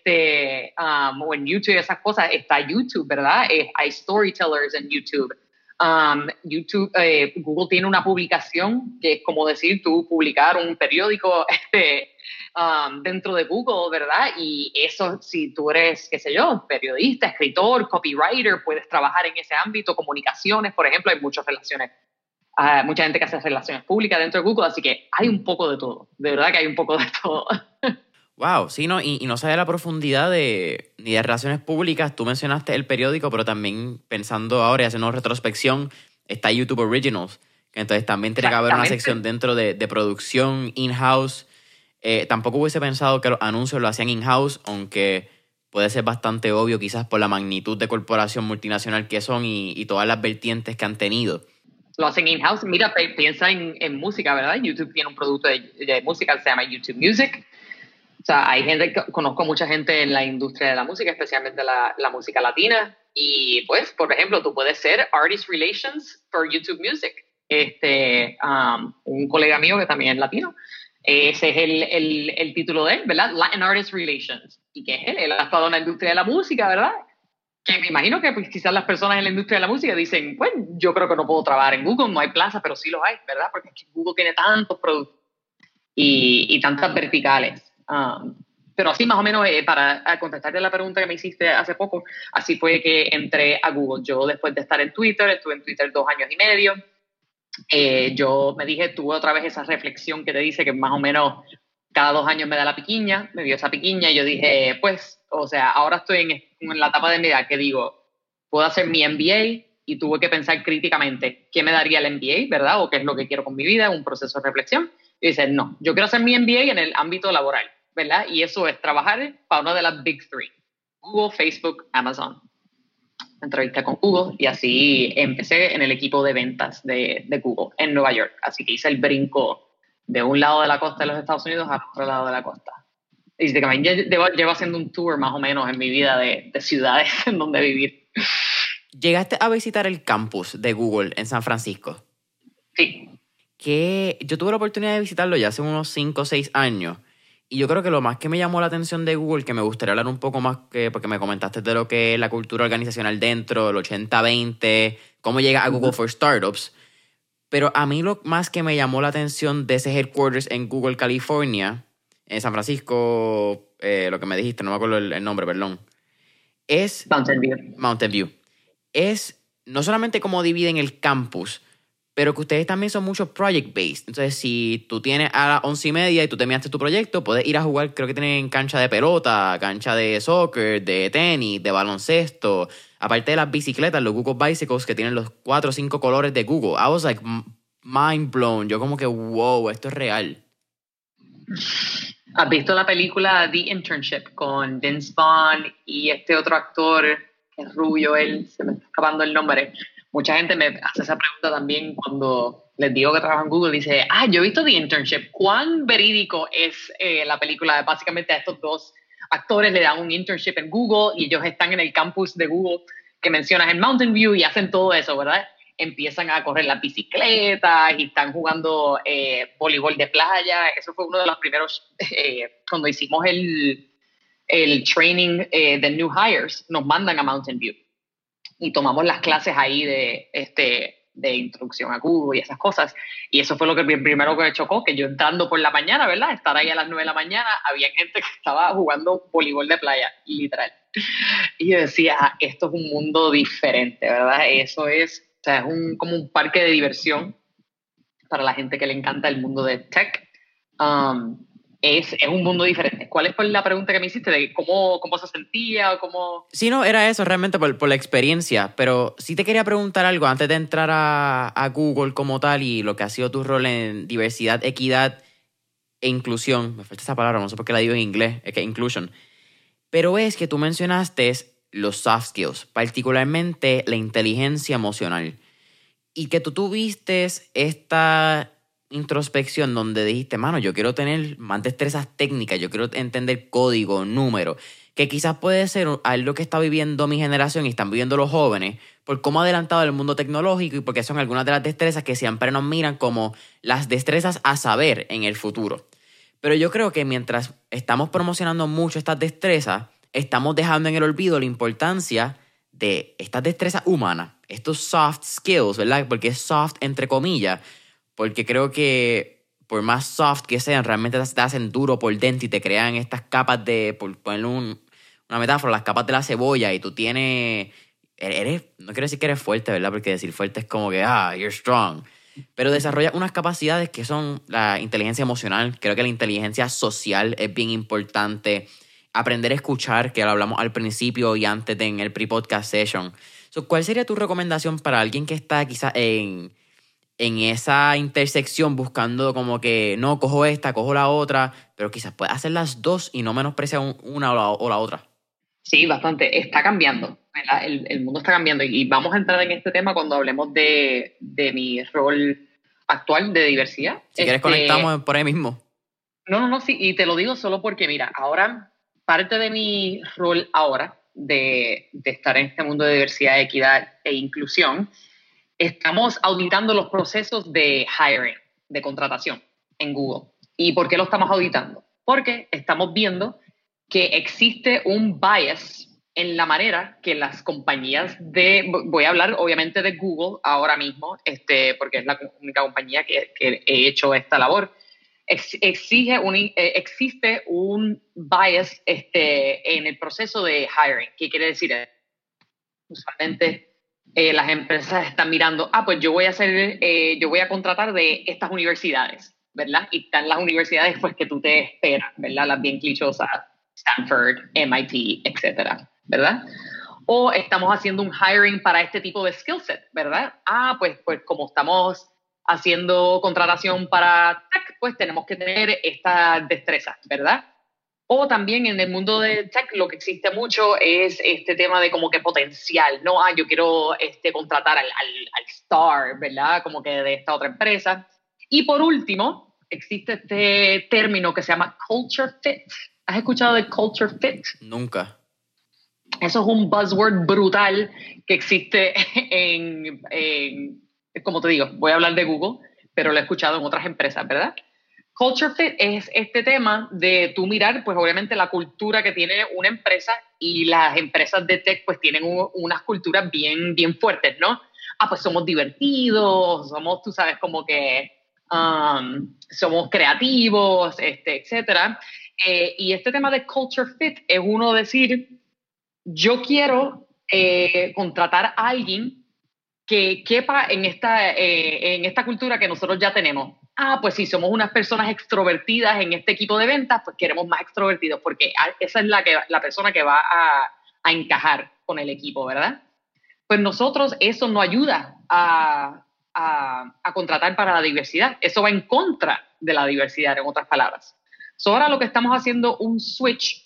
Este, um, o en YouTube, esas cosas. Está YouTube, ¿verdad? Eh, hay storytellers en YouTube. Um, YouTube, eh, Google tiene una publicación que es como decir tú publicar un periódico este, um, dentro de Google, ¿verdad? Y eso, si tú eres, qué sé yo, periodista, escritor, copywriter, puedes trabajar en ese ámbito, comunicaciones, por ejemplo, hay muchas relaciones, uh, mucha gente que hace relaciones públicas dentro de Google, así que hay un poco de todo, de verdad que hay un poco de todo. Wow, sí, no, y, y no sabía la profundidad de ni de relaciones públicas. Tú mencionaste el periódico, pero también pensando ahora y haciendo retrospección, está YouTube Originals, que entonces también tiene que haber una sección dentro de, de producción in-house. Eh, tampoco hubiese pensado que los anuncios lo hacían in-house, aunque puede ser bastante obvio quizás por la magnitud de corporación multinacional que son y, y todas las vertientes que han tenido. Lo hacen in-house. Mira, piensa en, en música, ¿verdad? YouTube tiene un producto de, de música que se llama YouTube Music. O sea, hay gente, conozco mucha gente en la industria de la música, especialmente la, la música latina. Y pues, por ejemplo, tú puedes ser Artist Relations for YouTube Music. Este, um, un colega mío que también es latino, ese es el, el, el título de él, ¿verdad? Latin Artist Relations. ¿Y qué es él? Él ha estado en la industria de la música, ¿verdad? Que me imagino que pues, quizás las personas en la industria de la música dicen, pues yo creo que no puedo trabajar en Google, no hay plaza, pero sí los hay, ¿verdad? Porque Google tiene tantos productos y, y tantas verticales. Um, pero así más o menos, eh, para contestarte la pregunta que me hiciste hace poco, así fue que entré a Google. Yo después de estar en Twitter, estuve en Twitter dos años y medio, eh, yo me dije, tuve otra vez esa reflexión que te dice que más o menos cada dos años me da la piquiña, me dio esa piquiña y yo dije, pues, o sea, ahora estoy en, en la etapa de mi edad que digo, puedo hacer mi M B A y tuve que pensar críticamente qué me daría el M B A, ¿verdad? O qué es lo que quiero con mi vida, un proceso de reflexión. Y dice, no, yo quiero hacer mi M B A en el ámbito laboral, ¿verdad? Y eso es trabajar para una de las Big Three, Google, Facebook, Amazon. Entrevisté con Google y así empecé en el equipo de ventas de, de Google en Nueva York. Así que hice el brinco de un lado de la costa de los Estados Unidos al otro lado de la costa. Y también llevo, llevo haciendo un tour más o menos en mi vida de, de ciudades en donde vivir. ¿Llegaste a visitar el campus de Google en San Francisco? Sí. Que yo tuve la oportunidad de visitarlo ya hace unos cinco o seis años. Y yo creo que lo más que me llamó la atención de Google, que me gustaría hablar un poco más, que, porque me comentaste de lo que es la cultura organizacional dentro, el ochenta veinte, cómo llega a Google for Startups. Pero a mí lo más que me llamó la atención de ese headquarters en Google, California, en San Francisco, eh, lo que me dijiste, no me acuerdo el, el nombre, perdón, es Mountain View. Mountain View. Es no solamente cómo dividen el campus, pero que ustedes también son mucho project-based. Entonces, si tú tienes a las once y media y tú terminaste tu proyecto, puedes ir a jugar, creo que tienen cancha de pelota, cancha de soccer, de tenis, de baloncesto. Aparte de las bicicletas, los Google Bicycles, que tienen los cuatro o cinco colores de Google. I was like, mind blown. Yo como que, wow, esto es real. ¿Has visto la película The Internship con Vince Vaughn y este otro actor que es rubio, él, se me está escapando el nombre? Mucha gente me hace esa pregunta también cuando les digo que trabajo en Google. Dice, ah, yo he visto The Internship. ¿Cuán verídico es eh, la película? Básicamente a estos dos actores le dan un internship en Google y ellos están en el campus de Google que mencionas en Mountain View y hacen todo eso, ¿verdad? Empiezan a correr las bicicletas y están jugando eh, voleibol de playa. Eso fue uno de los primeros, eh, cuando hicimos el, el training eh, de New Hires, nos mandan a Mountain View. Y tomamos las clases ahí de, este, de introducción a Google y esas cosas. Y eso fue lo que primero que me chocó, que yo entrando por la mañana, ¿verdad? Estar ahí a las nueve de la mañana, había gente que estaba jugando voleibol de playa, literal. Y yo decía, esto es un mundo diferente, ¿verdad? Eso es, o sea, es un, como un parque de diversión para la gente que le encanta el mundo de tech. Um, Es, es un mundo diferente. ¿Cuál fue la pregunta que me hiciste de cómo, cómo se sentía o cómo...? Sí, no, era eso realmente por, por la experiencia, pero sí te quería preguntar algo antes de entrar a, a Google como tal y lo que ha sido tu rol en diversidad, equidad e inclusión. Me falta esa palabra, no sé por qué la digo en inglés, es que inclusion. Pero es que tú mencionaste los soft skills, particularmente la inteligencia emocional, y que tú tuviste esta introspección donde dijiste, mano, yo quiero tener más destrezas técnicas, yo quiero entender código, números, que quizás puede ser algo que está viviendo mi generación y están viviendo los jóvenes por cómo ha adelantado el mundo tecnológico y porque son algunas de las destrezas que siempre nos miran como las destrezas a saber en el futuro. Pero yo creo que mientras estamos promocionando mucho estas destrezas, estamos dejando en el olvido la importancia de estas destrezas humanas, estos soft skills, ¿verdad? Porque es soft entre comillas, porque creo que por más soft que sean, realmente te, te hacen duro por dentro y te crean estas capas de, por ponerle un, una metáfora, las capas de la cebolla, y tú tienes, eres, no quiero decir que eres fuerte, ¿verdad? Porque decir fuerte es como que, ah, you're strong. Pero desarrolla unas capacidades que son la inteligencia emocional. Creo que la inteligencia social es bien importante. Aprender a escuchar, que lo hablamos al principio y antes de, en el pre-podcast session. So, ¿cuál sería tu recomendación para alguien que está quizás en, en esa intersección buscando como que, no, cojo esta, cojo la otra, pero quizás puede hacer las dos y no menosprecia una o la, o la otra? Sí, bastante. Está cambiando, ¿verdad? El, el mundo está cambiando y vamos a entrar en este tema cuando hablemos de, de mi rol actual de diversidad. Si este, quieres conectamos por ahí mismo. No, no, no, sí, y te lo digo solo porque, mira, ahora, parte de mi rol ahora de, de estar en este mundo de diversidad, equidad e inclusión, estamos auditando los procesos de hiring, de contratación en Google. ¿Y por qué lo estamos auditando? Porque estamos viendo que existe un bias en la manera que las compañías de, voy a hablar obviamente de Google ahora mismo, este, porque es la única compañía que, que he hecho esta labor, Ex, exige un, eh, existe un bias este, en el proceso de hiring. ¿Qué quiere decir? Usualmente eh, las empresas están mirando, ah, pues yo voy a hacer, eh, yo voy a contratar de estas universidades, ¿verdad? Y están las universidades pues que tú te esperas, ¿verdad? Las bien clichosas, Stanford, M I T, etcétera, ¿verdad? O estamos haciendo un hiring para este tipo de skill set, ¿verdad? Ah, pues, pues como estamos haciendo contratación para tech, pues tenemos que tener esta destreza, ¿verdad? O también en el mundo de tech lo que existe mucho es este tema de como que potencial, ¿no? Ah, yo quiero este, contratar al, al, al star, ¿verdad? Como que de esta otra empresa. Y por último, existe este término que se llama culture fit. ¿Has escuchado de culture fit? Nunca. Eso es un buzzword brutal que existe en, en, como te digo, voy a hablar de Google, pero lo he escuchado en otras empresas, ¿verdad? Culture fit es este tema de tú mirar, pues obviamente la cultura que tiene una empresa, y las empresas de tech pues tienen un, unas culturas bien, bien fuertes, ¿no? Ah, pues somos divertidos, somos, tú sabes, como que um, somos creativos, este, etcétera. Eh, y este tema de culture fit es uno decir, yo quiero eh, contratar a alguien que quepa en esta, eh, en esta cultura que nosotros ya tenemos. Ah, pues si somos unas personas extrovertidas en este equipo de ventas, pues queremos más extrovertidos, porque esa es la, que, la persona que va a, a encajar con el equipo, ¿verdad? Pues nosotros eso no ayuda a, a, a contratar para la diversidad. Eso va en contra de la diversidad, en otras palabras. So, ahora lo que estamos haciendo un switch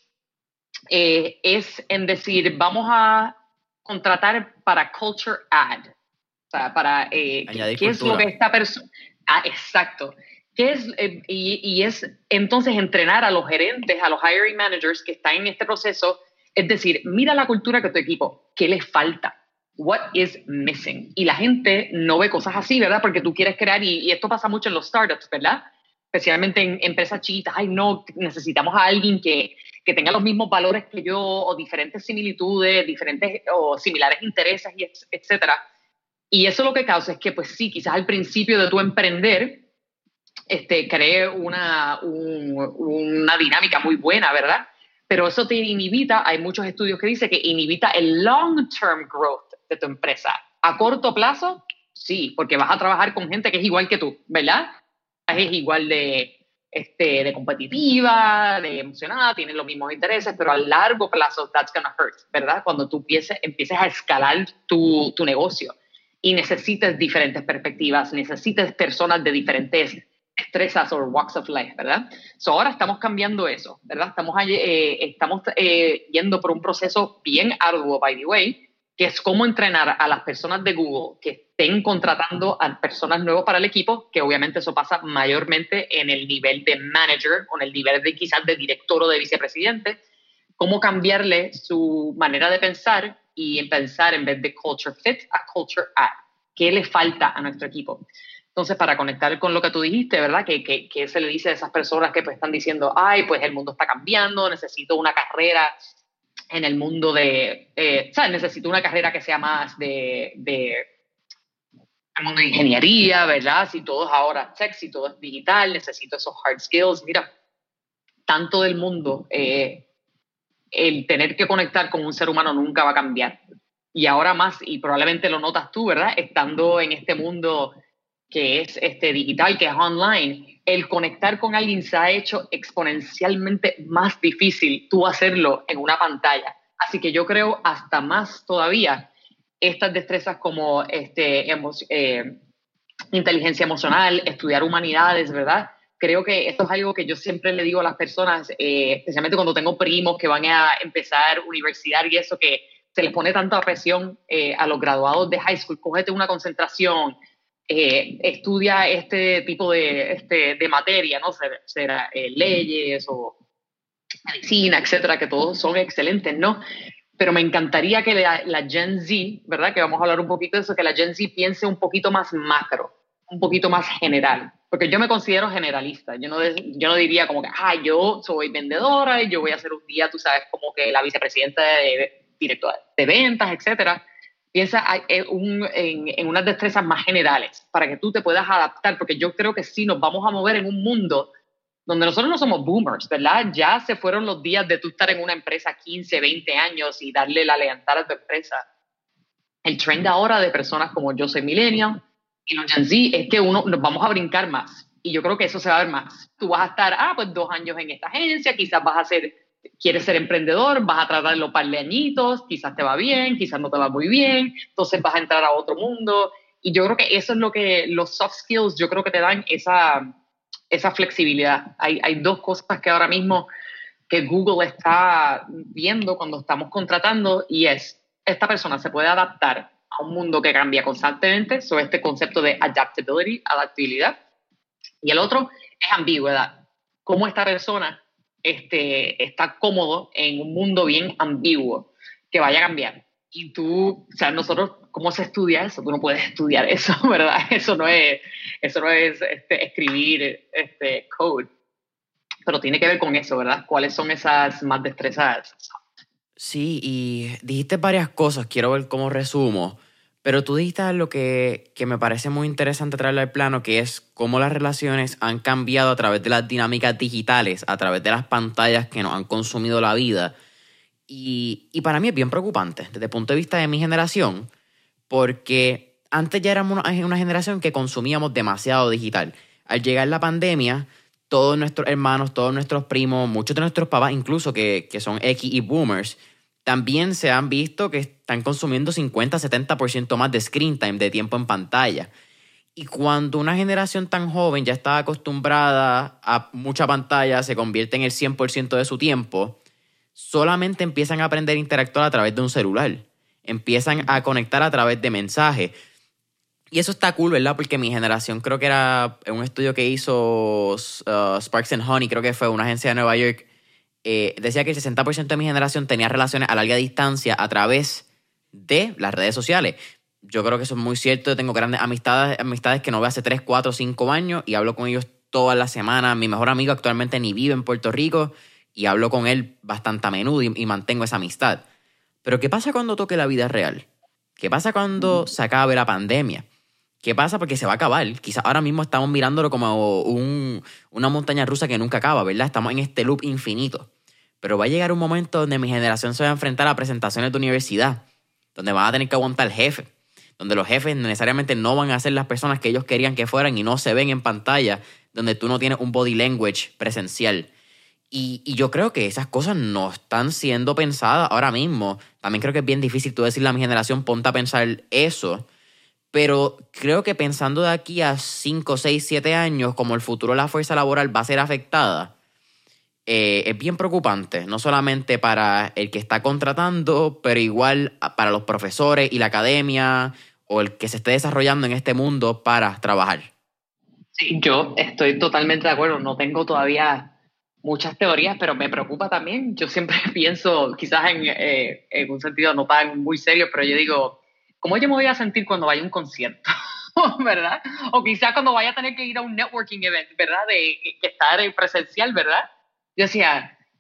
eh, es en decir, vamos a contratar para culture add. O sea, para eh, Añadir qué cultura. Es lo que esta persona... Ah, exacto. ¿Qué es, eh, y, y es entonces entrenar a los gerentes, a los hiring managers que están en este proceso, es decir, mira la cultura que tu equipo, ¿qué les falta? What is missing? Y la gente no ve cosas así, ¿verdad? Porque tú quieres crear, y, y esto pasa mucho en los startups, ¿verdad? Especialmente en empresas chiquitas. Ay, no, necesitamos a alguien que, que tenga los mismos valores que yo, o diferentes similitudes, diferentes o similares intereses, y etcétera. Y eso lo que causa es que, pues sí, quizás al principio de tu emprender, este, cree una, un, una dinámica muy buena, ¿verdad? Pero eso te inhibita, hay muchos estudios que dicen que inhibita el long-term growth de tu empresa. A corto plazo, sí, porque vas a trabajar con gente que es igual que tú, ¿verdad? Es igual de, este, de competitiva, de emocionada, tienen los mismos intereses, pero a largo plazo, that's gonna hurt, ¿verdad? Cuando tú empieces, empieces a escalar tu, tu negocio y necesites diferentes perspectivas, necesites personas de diferentes destrezas o walks of life, ¿verdad? So ahora estamos cambiando eso, ¿verdad? Estamos, eh, estamos eh, yendo por un proceso bien arduo, by the way, que es cómo entrenar a las personas de Google que estén contratando a personas nuevas para el equipo, que obviamente eso pasa mayormente en el nivel de manager o en el nivel de quizás de director o de vicepresidente, cómo cambiarle su manera de pensar y en pensar en vez de culture fit a culture add. ¿Qué le falta a nuestro equipo? Entonces, para conectar con lo que tú dijiste, ¿verdad? Que, que, que se le dice a esas personas que pues, están diciendo, ay, pues el mundo está cambiando, necesito una carrera en el mundo de, eh, ¿sabes? Necesito una carrera que sea más de, de el mundo de ingeniería, ¿verdad? Si todo es ahora tech, si todo es digital, necesito esos hard skills. Mira, tanto del mundo, eh, el tener que conectar con un ser humano nunca va a cambiar. Y ahora más, y probablemente lo notas tú, ¿verdad? Estando en este mundo que es este, digital, que es online, el conectar con alguien se ha hecho exponencialmente más difícil tú hacerlo en una pantalla. Así que yo creo hasta más todavía estas destrezas como este, emo eh, inteligencia emocional, estudiar humanidades, ¿verdad? Creo que esto es algo que yo siempre le digo a las personas, eh, especialmente cuando tengo primos que van a empezar universidad y eso, que se les pone tanta presión eh, a los graduados de high school, cógete una concentración, eh, estudia este tipo de, este, de materia, ¿no? Será, será eh, leyes o medicina, etcétera, que todos son excelentes, ¿no? Pero me encantaría que la, la Gen Z, ¿verdad? Que vamos a hablar un poquito de eso, que la Gen Z piense un poquito más macro, un poquito más general, porque yo me considero generalista, yo no, yo no diría como que, ah, yo soy vendedora y yo voy a ser un día, tú sabes, como que la vicepresidenta de, directora de ventas, etcétera. Piensa en, un, en, en unas destrezas más generales para que tú te puedas adaptar, porque yo creo que sí nos vamos a mover en un mundo donde nosotros no somos boomers, ¿verdad? Ya se fueron los días de tú estar en una empresa quince, veinte años y darle la lealtad a tu empresa. El trend ahora de personas como yo soy millennial y los Gen Z es que uno, nos vamos a brincar más. Y yo creo que eso se va a ver más. Tú vas a estar, ah, pues dos años en esta agencia, quizás vas a ser, quieres ser emprendedor, vas a tratarlo par de añitos, quizás te va bien, quizás no te va muy bien, entonces vas a entrar a otro mundo. Y yo creo que eso es lo que los soft skills, yo creo que te dan esa esa flexibilidad. Hay, hay dos cosas que ahora mismo que Google está viendo cuando estamos contratando y es, esta persona se puede adaptar a un mundo que cambia constantemente, sobre este concepto de adaptability, adaptabilidad, y el otro es ambigüedad. Cómo esta persona este, está cómodo en un mundo bien ambiguo que vaya a cambiar. Y tú, o sea, nosotros, ¿cómo se estudia eso? Tú no puedes estudiar eso, ¿verdad? Eso no es, eso no es este, escribir este, code. Pero tiene que ver con eso, ¿verdad? ¿Cuáles son esas más destrezas? Sí, y dijiste varias cosas, quiero ver cómo resumo, pero tú dijiste algo que, que me parece muy interesante traerlo al plano, que es cómo las relaciones han cambiado a través de las dinámicas digitales, a través de las pantallas que nos han consumido la vida. Y, y para mí es bien preocupante desde el punto de vista de mi generación, porque antes ya éramos una, una generación que consumíamos demasiado digital. Al llegar la pandemia, todos nuestros hermanos, todos nuestros primos, muchos de nuestros papás incluso que, que son X y boomers, también se han visto que están consumiendo cincuenta a setenta por ciento más de screen time, de tiempo en pantalla. Y cuando una generación tan joven ya está acostumbrada a mucha pantalla, se convierte en el cien por ciento de su tiempo, solamente empiezan a aprender a interactuar a través de un celular. Empiezan a conectar a través de mensajes. Y eso está cool, ¿verdad? Porque mi generación, creo que era un estudio que hizo uh, Sparks and Honey, creo que fue una agencia de Nueva York, eh, decía que el sesenta por ciento de mi generación tenía relaciones a larga distancia a través de las redes sociales. Yo creo que eso es muy cierto. Yo tengo grandes amistades, amistades que no veo hace tres, cuatro, cinco años y hablo con ellos todas las semanas. Mi mejor amigo actualmente ni vive en Puerto Rico y hablo con él bastante a menudo y, y mantengo esa amistad. Pero ¿qué pasa cuando toque la vida real? ¿Qué pasa cuando se acabe la pandemia? ¿Qué pasa? Porque se va a acabar. Quizás ahora mismo estamos mirándolo como un, una montaña rusa que nunca acaba, ¿verdad? Estamos en este loop infinito. Pero va a llegar un momento donde mi generación se va a enfrentar a presentaciones de universidad, donde van a tener que aguantar jefe, donde los jefes necesariamente no van a ser las personas que ellos querían que fueran y no se ven en pantalla, donde tú no tienes un body language presencial. Y, y yo creo que esas cosas no están siendo pensadas ahora mismo. También creo que es bien difícil tú decirle a mi generación, ponte a pensar eso. Pero creo que pensando de aquí a cinco, seis, siete años, como el futuro de la fuerza laboral va a ser afectada, eh, es bien preocupante. No solamente para el que está contratando, pero igual para los profesores y la academia o el que se esté desarrollando en este mundo para trabajar. Sí, yo estoy totalmente de acuerdo. No tengo todavía muchas teorías, pero me preocupa también. Yo siempre pienso, quizás en, eh, en un sentido no tan muy serio, pero yo digo, ¿cómo yo me voy a sentir cuando vaya a un concierto? ¿Verdad? O quizás cuando vaya a tener que ir a un networking event, ¿verdad? De que estar en presencial, ¿verdad? Yo decía,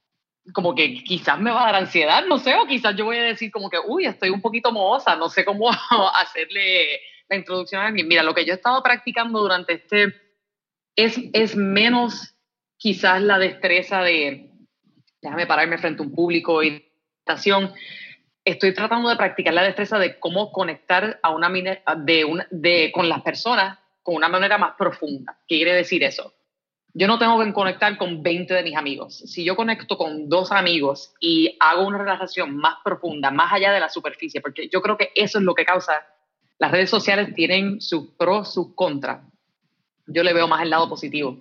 como que quizás me va a dar ansiedad, no sé, o quizás yo voy a decir como que, uy, estoy un poquito mohosa, no sé cómo hacerle la introducción a alguien. Mira, lo que yo he estado practicando durante este, es, es menos quizás la destreza de, déjame pararme frente a un público y presentación. Estoy tratando de practicar la destreza de cómo conectar a una, de una de, con las personas con una manera más profunda. ¿Qué quiere decir eso? Yo no tengo que conectar con veinte de mis amigos. Si yo conecto con dos amigos y hago una relación más profunda, más allá de la superficie, porque yo creo que eso es lo que causa. Las redes sociales tienen sus pros, sus contras. Yo le veo más el lado positivo.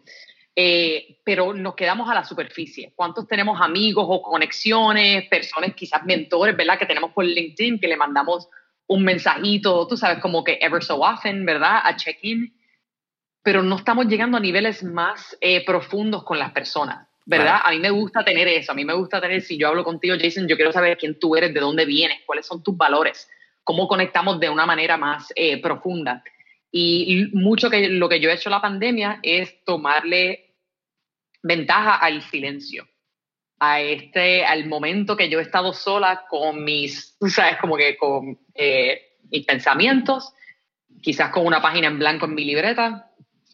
Eh, pero nos quedamos a la superficie. ¿Cuántos tenemos amigos o conexiones, personas, quizás mentores, ¿verdad? Que tenemos por LinkedIn, que le mandamos un mensajito, tú sabes, como que ever so often, ¿verdad? A check-in. Pero no estamos llegando a niveles más eh, profundos con las personas, ¿verdad? Vale. A mí me gusta tener eso. A mí me gusta tener, si yo hablo contigo, Jason, yo quiero saber quién tú eres, de dónde vienes, cuáles son tus valores, cómo conectamos de una manera más eh, profunda. Y mucho que lo que yo he hecho en la pandemia es tomarle ventaja al silencio, a este, al momento que yo he estado sola con mis, tú sabes, como que con eh, mis pensamientos, quizás con una página en blanco en mi libreta,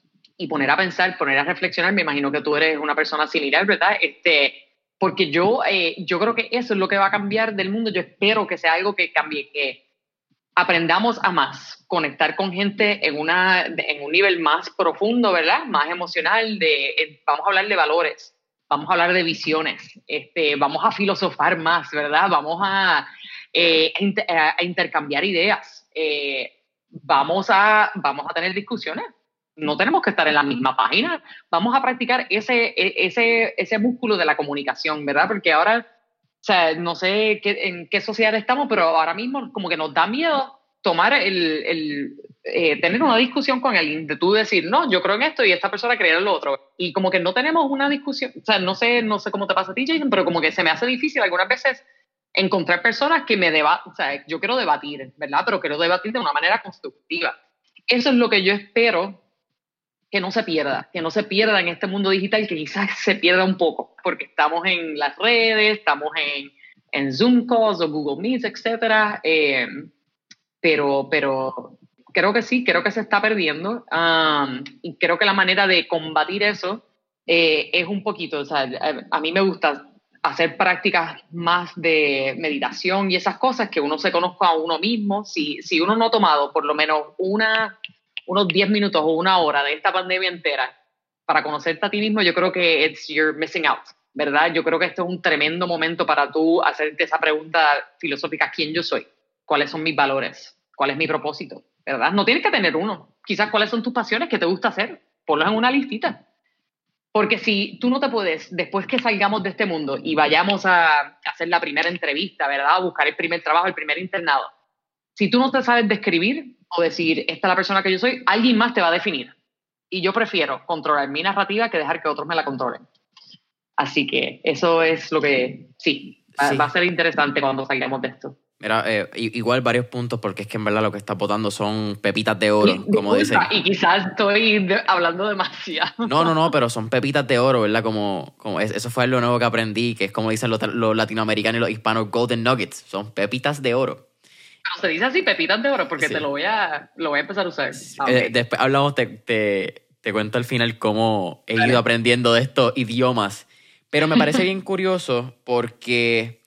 y poner a pensar, poner a reflexionar. Me imagino que tú eres una persona similar, ¿verdad? Este, porque yo, eh, yo creo que eso es lo que va a cambiar del mundo. Yo espero que sea algo que cambie, que aprendamos a más, conectar con gente en, una, en un nivel más profundo, ¿verdad? Más emocional, de, eh, vamos a hablar de valores, vamos a hablar de visiones, este, vamos a filosofar más, ¿verdad? Vamos a, eh, a, inter, a intercambiar ideas, eh, vamos, a, vamos a tener discusiones. No tenemos que estar en la misma página, vamos a practicar ese, ese, ese músculo de la comunicación, ¿verdad? Porque ahora, o sea, no sé qué, en qué sociedad estamos, pero ahora mismo como que nos da miedo tomar el, el eh, tener una discusión con alguien, de tú decir, no, yo creo en esto y esta persona cree en lo otro. Y como que no tenemos una discusión, o sea, no sé, no sé cómo te pasa a ti, Jason, pero como que se me hace difícil algunas veces encontrar personas que me debaten, o sea, yo quiero debatir, ¿verdad? Pero quiero debatir de una manera constructiva. Eso es lo que yo espero que no se pierda, que no se pierda en este mundo digital, que quizás se pierda un poco, porque estamos en las redes, estamos en, en Zoom calls o Google Meets, etcétera, eh, pero, pero creo que sí, creo que se está perdiendo, um, y creo que la manera de combatir eso eh, es un poquito, o sea, a, a mí me gusta hacer prácticas más de meditación y esas cosas, que uno se conozca a uno mismo. Si, si uno no ha tomado por lo menos una... unos diez minutos o una hora de esta pandemia entera para conocerte a ti mismo, yo creo que it's you're missing out, ¿verdad? Yo creo que este es un tremendo momento para tú hacerte esa pregunta filosófica: ¿quién yo soy? ¿Cuáles son mis valores? ¿Cuál es mi propósito? ¿Verdad? No tienes que tener uno. Quizás cuáles son tus pasiones, que te gusta hacer. Ponlos en una listita. Porque si tú no te puedes, después que salgamos de este mundo y vayamos a hacer la primera entrevista, ¿verdad? A buscar el primer trabajo, el primer internado, si tú no te sabes describir o decir, esta es la persona que yo soy, alguien más te va a definir. Y yo prefiero controlar mi narrativa que dejar que otros me la controlen. Así que eso es lo que, sí, sí. Va a ser interesante cuando salgamos de esto. Mira, eh, igual varios puntos, porque es que en verdad lo que está botando son pepitas de oro, y, como dicen. Y quizás estoy de, hablando demasiado. No, no, no, pero son pepitas de oro, ¿verdad? Como, como es, eso fue lo nuevo que aprendí, que es como dicen los, los latinoamericanos y los hispanos, golden nuggets. Son pepitas de oro. Se dice así, pepitas de oro, porque sí. te lo voy a, lo voy a empezar a usar. Okay. Eh, después hablamos, te, te, te cuento al final cómo he vale. ido aprendiendo de estos idiomas. Pero me parece bien curioso porque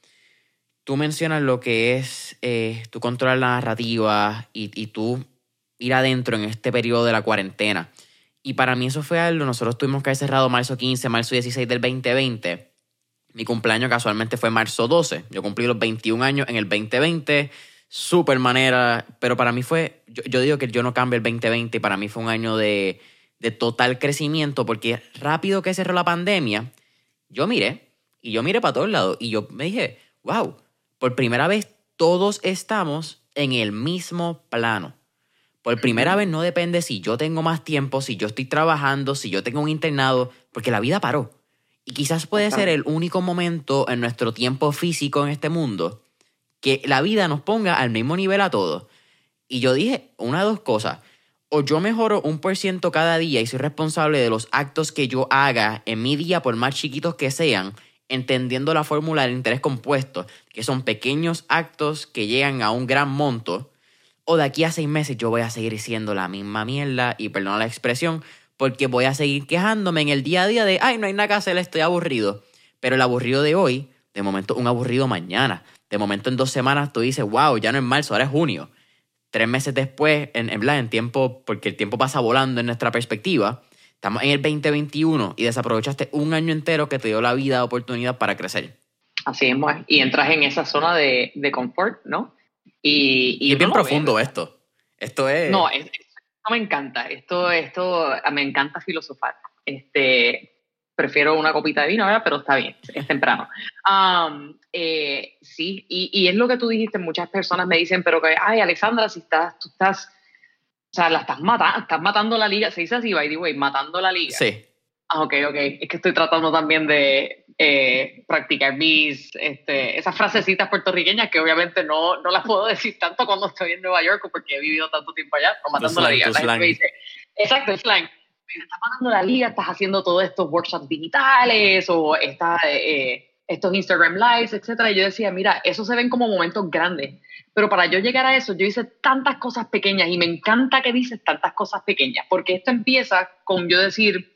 tú mencionas lo que es eh, tú controlar la narrativa y, y tú ir adentro en este periodo de la cuarentena. Y para mí eso fue algo, nosotros tuvimos que haber cerrado marzo quince, marzo dieciséis del veinte veinte. Mi cumpleaños casualmente fue marzo doce. Yo cumplí los veintiún años en el veinte veinte. Súper manera, pero para mí fue, yo, yo digo que yo no cambio el veinte veinte, y para mí fue un año de, de total crecimiento, porque rápido que cerró la pandemia, yo miré, y yo miré para todos lados, y yo me dije, wow, por primera vez todos estamos en el mismo plano. Por primera vez no depende si yo tengo más tiempo, si yo estoy trabajando, si yo tengo un internado, porque la vida paró. Y quizás puede ser el único momento en nuestro tiempo físico en este mundo que la vida nos ponga al mismo nivel a todos. Y yo dije una de dos cosas. O yo mejoro un por ciento cada día y soy responsable de los actos que yo haga en mi día, por más chiquitos que sean, entendiendo la fórmula del interés compuesto, que son pequeños actos que llegan a un gran monto, o de aquí a seis meses yo voy a seguir siendo la misma mierda, y perdona la expresión, porque voy a seguir quejándome en el día a día de, ay, no hay nada que hacer, estoy aburrido. Pero el aburrido de hoy, de momento un aburrido mañana. De momento en dos semanas tú dices, wow, ya no es marzo, ahora es junio. Tres meses después, en, en, en tiempo, porque el tiempo pasa volando en nuestra perspectiva, estamos en el veinte veintiuno y desaprovechaste un año entero que te dio la vida, oportunidad para crecer. Así mismo es. Y entras en esa zona de, de confort, ¿no? Y, y, y es bien profundo ve, esto. Esto es... No, es, esto me encanta. Esto, esto me encanta filosofar. Este, prefiero una copita de vino, ¿verdad? Pero está bien, es temprano. Um, eh, sí, y, y es lo que tú dijiste. Muchas personas me dicen, pero que, ay, Alexandra, si estás, tú estás, o sea, la estás matando, estás matando la liga. Se dice así, by the way, matando la liga. Sí. Ah, ok, ok. Es que estoy tratando también de eh, practicar mis, este, esas frasecitas puertorriqueñas que obviamente no, no las puedo decir tanto cuando estoy en Nueva York porque he vivido tanto tiempo allá, no matando slang, la liga. La gente me dice, exacto, slang. Estás matando la liga, estás haciendo todos estos workshops digitales o estás, eh, estos Instagram Lives, etcétera. Y yo decía, mira, eso se ven como momentos grandes. Pero para yo llegar a eso, yo hice tantas cosas pequeñas y me encanta que dices tantas cosas pequeñas porque esto empieza con yo decir,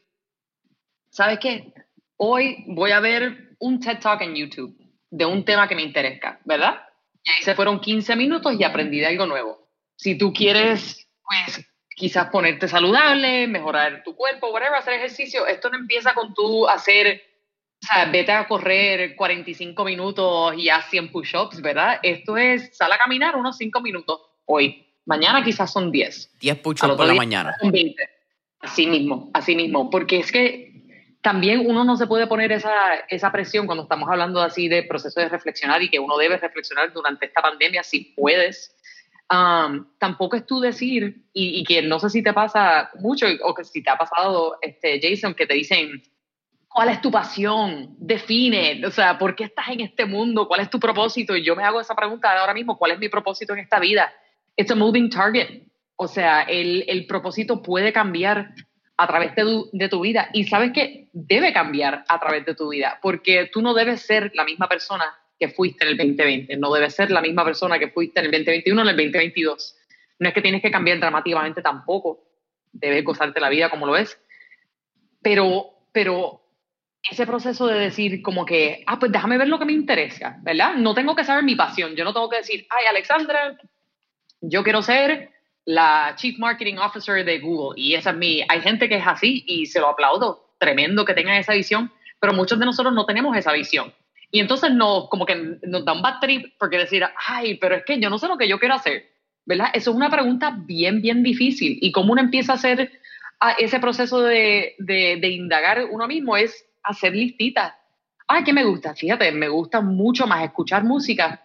¿sabes qué? Hoy voy a ver un TED Talk en YouTube de un tema que me interesa, ¿verdad? Y ahí se fueron quince minutos y aprendí de algo nuevo. Si tú quieres, pues, quizás ponerte saludable, mejorar tu cuerpo, whatever, hacer ejercicio, esto no empieza con tú hacer, o sea, vete a correr cuarenta y cinco minutos y haz cien push-ups, ¿verdad? Esto es, sal a caminar unos cinco minutos hoy. Mañana quizás son diez. diez push-ups por la mañana. Son veinte. Así mismo, así mismo. Porque es que también uno no se puede poner esa, esa presión cuando estamos hablando así de proceso de reflexionar y que uno debe reflexionar durante esta pandemia si puedes. Um, tampoco es tú decir, y, y que no sé si te pasa mucho o que si te ha pasado, este, Jason, que te dicen, ¿cuál es tu pasión? Define, o sea, ¿por qué estás en este mundo? ¿Cuál es tu propósito? Y yo me hago esa pregunta ahora mismo, ¿cuál es mi propósito en esta vida? It's a moving target. O sea, el, el propósito puede cambiar a través de tu, de tu vida. Y sabes que debe cambiar a través de tu vida, porque tú no debes ser la misma persona que fuiste en el veinte veinte, no debes ser la misma persona que fuiste en el veinte veintiuno, en el veinte veintidós. No es que tienes que cambiar dramáticamente tampoco, debes gozarte la vida como lo es, pero, pero ese proceso de decir como que, ah, pues déjame ver lo que me interesa, ¿verdad? No tengo que saber mi pasión, yo no tengo que decir, ay, Alexandra, yo quiero ser la Chief Marketing Officer de Google, y esa es mi, hay gente que es así y se lo aplaudo, tremendo que tengan esa visión, pero muchos de nosotros no tenemos esa visión. Y entonces nos, como que nos da un bad trip porque decir, ay, pero es que yo no sé lo que yo quiero hacer, ¿verdad? Eso es una pregunta bien, bien difícil. Y cómo uno empieza a hacer a ese proceso de, de, de indagar uno mismo es hacer listitas. Ay, ¿qué me gusta? Fíjate, me gusta mucho más escuchar música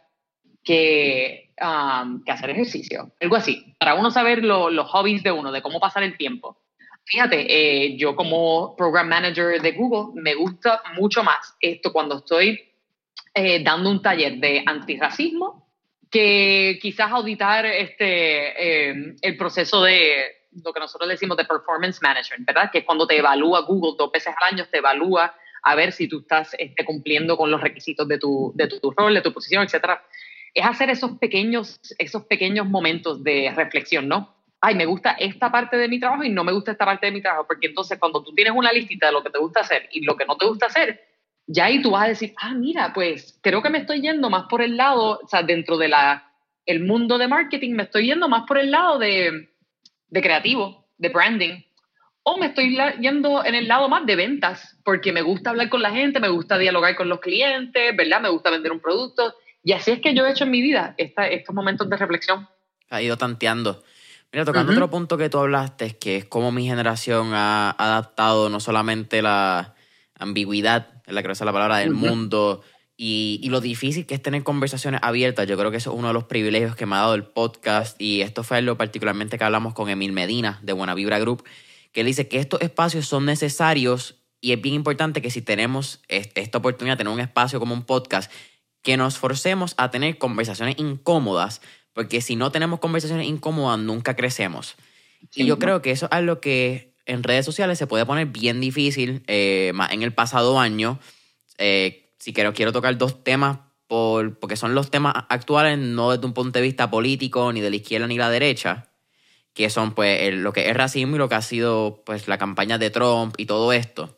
que, um, que hacer ejercicio. Algo así, para uno saber lo, los hobbies de uno, de cómo pasar el tiempo. Fíjate, eh, yo como Program Manager de Google me gusta mucho más esto cuando estoy eh, dando un taller de antirracismo que quizás auditar este, eh, el proceso de lo que nosotros decimos de performance management, ¿verdad? Que es cuando te evalúa Google dos veces al año, te evalúa a ver si tú estás este, cumpliendo con los requisitos de tu, de tu, tu rol, de tu posición, etcétera. Es hacer esos pequeños, esos pequeños momentos de reflexión, ¿no? Ay, me gusta esta parte de mi trabajo y no me gusta esta parte de mi trabajo, porque entonces cuando tú tienes una listita de lo que te gusta hacer y lo que no te gusta hacer, ya ahí tú vas a decir, ah, mira, pues creo que me estoy yendo más por el lado, o sea, dentro de la, el mundo de marketing, me estoy yendo más por el lado de, de creativo, de branding, o me estoy yendo en el lado más de ventas, porque me gusta hablar con la gente, me gusta dialogar con los clientes, ¿verdad? Me gusta vender un producto, y así es que yo he hecho en mi vida esta, estos momentos de reflexión. Ha ido tanteando. Mira, tocando uh-huh. otro punto que tú hablaste, que es cómo mi generación ha adaptado no solamente la ambigüedad, en la que usa la palabra, del uh-huh. mundo y, y lo difícil que es tener conversaciones abiertas. Yo creo que eso es uno de los privilegios que me ha dado el podcast, y esto fue algo particularmente que hablamos con Emil Medina de Buena Vibra Group, que él dice que estos espacios son necesarios y es bien importante que si tenemos esta oportunidad de tener un espacio como un podcast, que nos forcemos a tener conversaciones incómodas, porque si no tenemos conversaciones incómodas nunca crecemos. Sí, y yo ¿no? creo que eso es algo que en redes sociales se puede poner bien difícil, eh, más en el pasado año. Eh, si quiero, quiero tocar dos temas por, porque son los temas actuales, no desde un punto de vista político, ni de la izquierda ni la derecha, que son pues el, lo que es racismo y lo que ha sido pues la campaña de Trump y todo esto.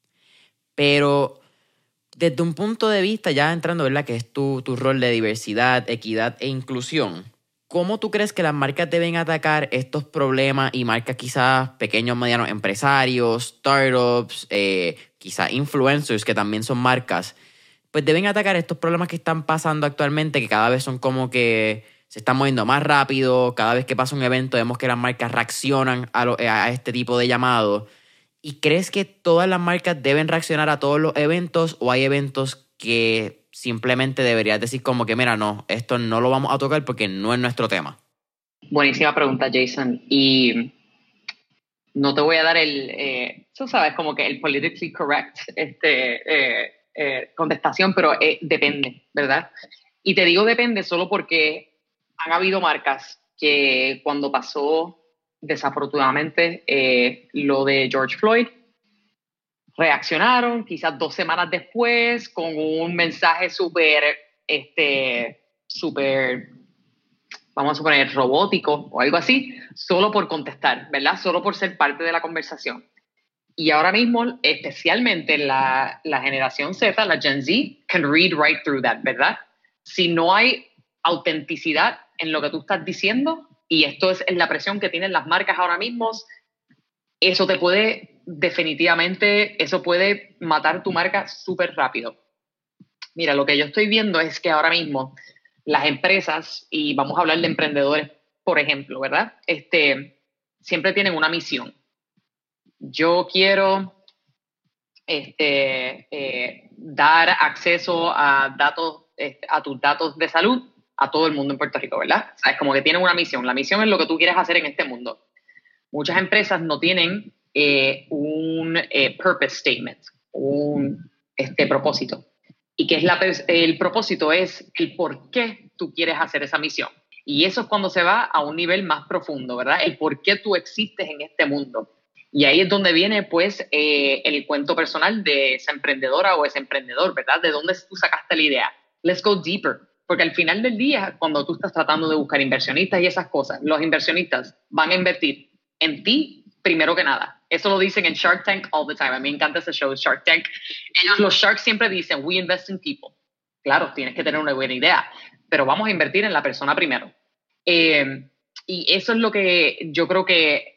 Pero desde un punto de vista, ya entrando, ¿verdad?, que es tu, tu rol de diversidad, equidad e inclusión, ¿cómo tú crees que las marcas deben atacar estos problemas y marcas quizás pequeños, medianos empresarios, startups, eh, quizás influencers que también son marcas, pues deben atacar estos problemas que están pasando actualmente, que cada vez son como que se están moviendo más rápido, cada vez que pasa un evento vemos que las marcas reaccionan a, lo, a este tipo de llamados? ¿Y crees que todas las marcas deben reaccionar a todos los eventos o hay eventos que simplemente deberías decir como que, mira, no, esto no lo vamos a tocar porque no es nuestro tema? Buenísima pregunta, Jason. Y no te voy a dar el, eh, tú sabes, como que el politically correct este, eh, eh, contestación, pero eh, depende, ¿verdad? Y te digo depende solo porque han habido marcas que cuando pasó desafortunadamente eh, lo de George Floyd, reaccionaron quizás dos semanas después con un mensaje súper, este, súper, vamos a suponer, robótico o algo así, solo por contestar, ¿verdad? Solo por ser parte de la conversación. Y ahora mismo, especialmente la, la generación Z, la Gen Z, can read right through that, ¿verdad? Si no hay autenticidad en lo que tú estás diciendo, y esto es la presión que tienen las marcas ahora mismo, eso te puede, definitivamente, eso puede matar tu marca súper rápido. Mira, lo que yo estoy viendo es que ahora mismo las empresas, y vamos a hablar de emprendedores, por ejemplo, ¿verdad? Este, siempre tienen una misión. Yo quiero este, eh, dar acceso a datos, este, a tus datos de salud a todo el mundo en Puerto Rico, ¿verdad? O sea, es como que tienen una misión. La misión es lo que tú quieres hacer en este mundo. Muchas empresas no tienen eh, un eh, purpose statement, un este, propósito. Y que es la, el propósito es el por qué tú quieres hacer esa misión. Y eso es cuando se va a un nivel más profundo, ¿verdad? El por qué tú existes en este mundo. Y ahí es donde viene, pues, eh, el cuento personal de esa emprendedora o ese emprendedor, ¿verdad? ¿De dónde tú sacaste la idea? Let's go deeper. Porque al final del día, cuando tú estás tratando de buscar inversionistas y esas cosas, los inversionistas van a invertir en ti primero que nada. Eso lo dicen en Shark Tank all the time. A mí me encanta ese show, Shark Tank. Ellos, los Sharks, siempre dicen, we invest in people. Claro, tienes que tener una buena idea, pero vamos a invertir en la persona primero. Eh, y eso es lo que yo creo que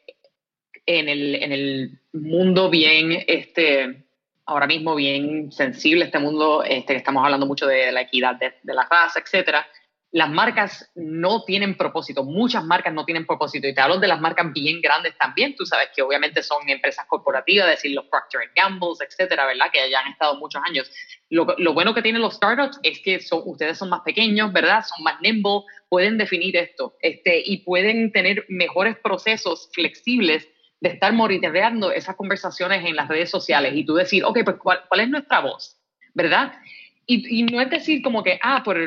en el, en el mundo bien, este, ahora mismo bien sensible, este mundo este, que estamos hablando mucho de la equidad de, de la raza, etcétera, las marcas no tienen propósito, muchas marcas no tienen propósito, y te hablo de las marcas bien grandes también, tú sabes que obviamente son empresas corporativas, es decir, los Procter and Gamble, etcétera, ¿verdad? Que ya han estado muchos años. Lo, lo bueno que tienen los startups es que son, ustedes son más pequeños, ¿verdad? Son más nimble, pueden definir esto este, y pueden tener mejores procesos flexibles de estar monitoreando esas conversaciones en las redes sociales y tú decir, ok, pues ¿cuál, cuál es nuestra voz? ¿Verdad? Y, y no es decir como que, ah, por,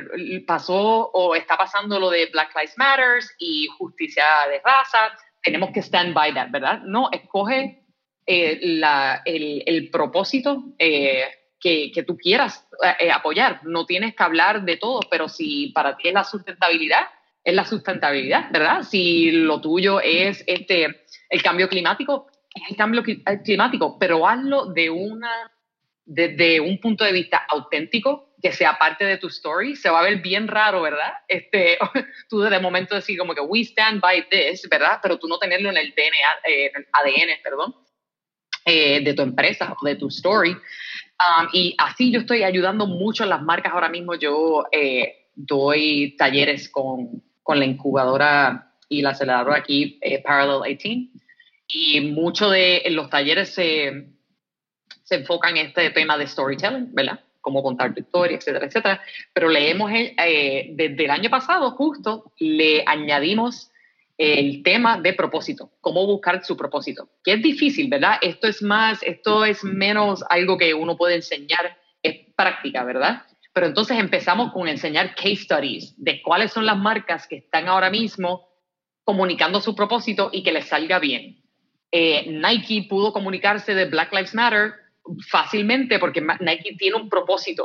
pasó o está pasando lo de Black Lives Matter y justicia de raza, tenemos que stand by that, ¿verdad? No, escoge eh, la, el, el propósito eh, que, que tú quieras eh, apoyar. No tienes que hablar de todo, pero si para ti es la sustentabilidad, es la sustentabilidad, ¿verdad? Si lo tuyo es este, el cambio climático, es el cambio climático, pero hazlo de una... desde un punto de vista auténtico, que sea parte de tu story. Se va a ver bien raro, ¿verdad? Este, tú de momento decir como que we stand by this, ¿verdad? Pero tú no tenerlo en el D N A, eh, en el A D N, perdón, eh, de tu empresa o de tu story. Um, y así yo estoy ayudando mucho a las marcas ahora mismo. Yo eh, doy talleres con, con la incubadora y la aceleradora aquí, eh, Parallel dieciocho, y muchos de los talleres se... Eh, se enfocan en este tema de storytelling, ¿verdad? Cómo contar tu historia, etcétera, etcétera. Pero le hemos, eh, desde el año pasado justo, le añadimos el tema de propósito, cómo buscar su propósito, que es difícil, ¿verdad? Esto es más, esto es menos algo que uno puede enseñar, es práctica, ¿verdad? Pero entonces empezamos con enseñar case studies de cuáles son las marcas que están ahora mismo comunicando su propósito y que les salga bien. Eh, Nike pudo comunicarse de Black Lives Matter fácilmente porque Nike tiene un propósito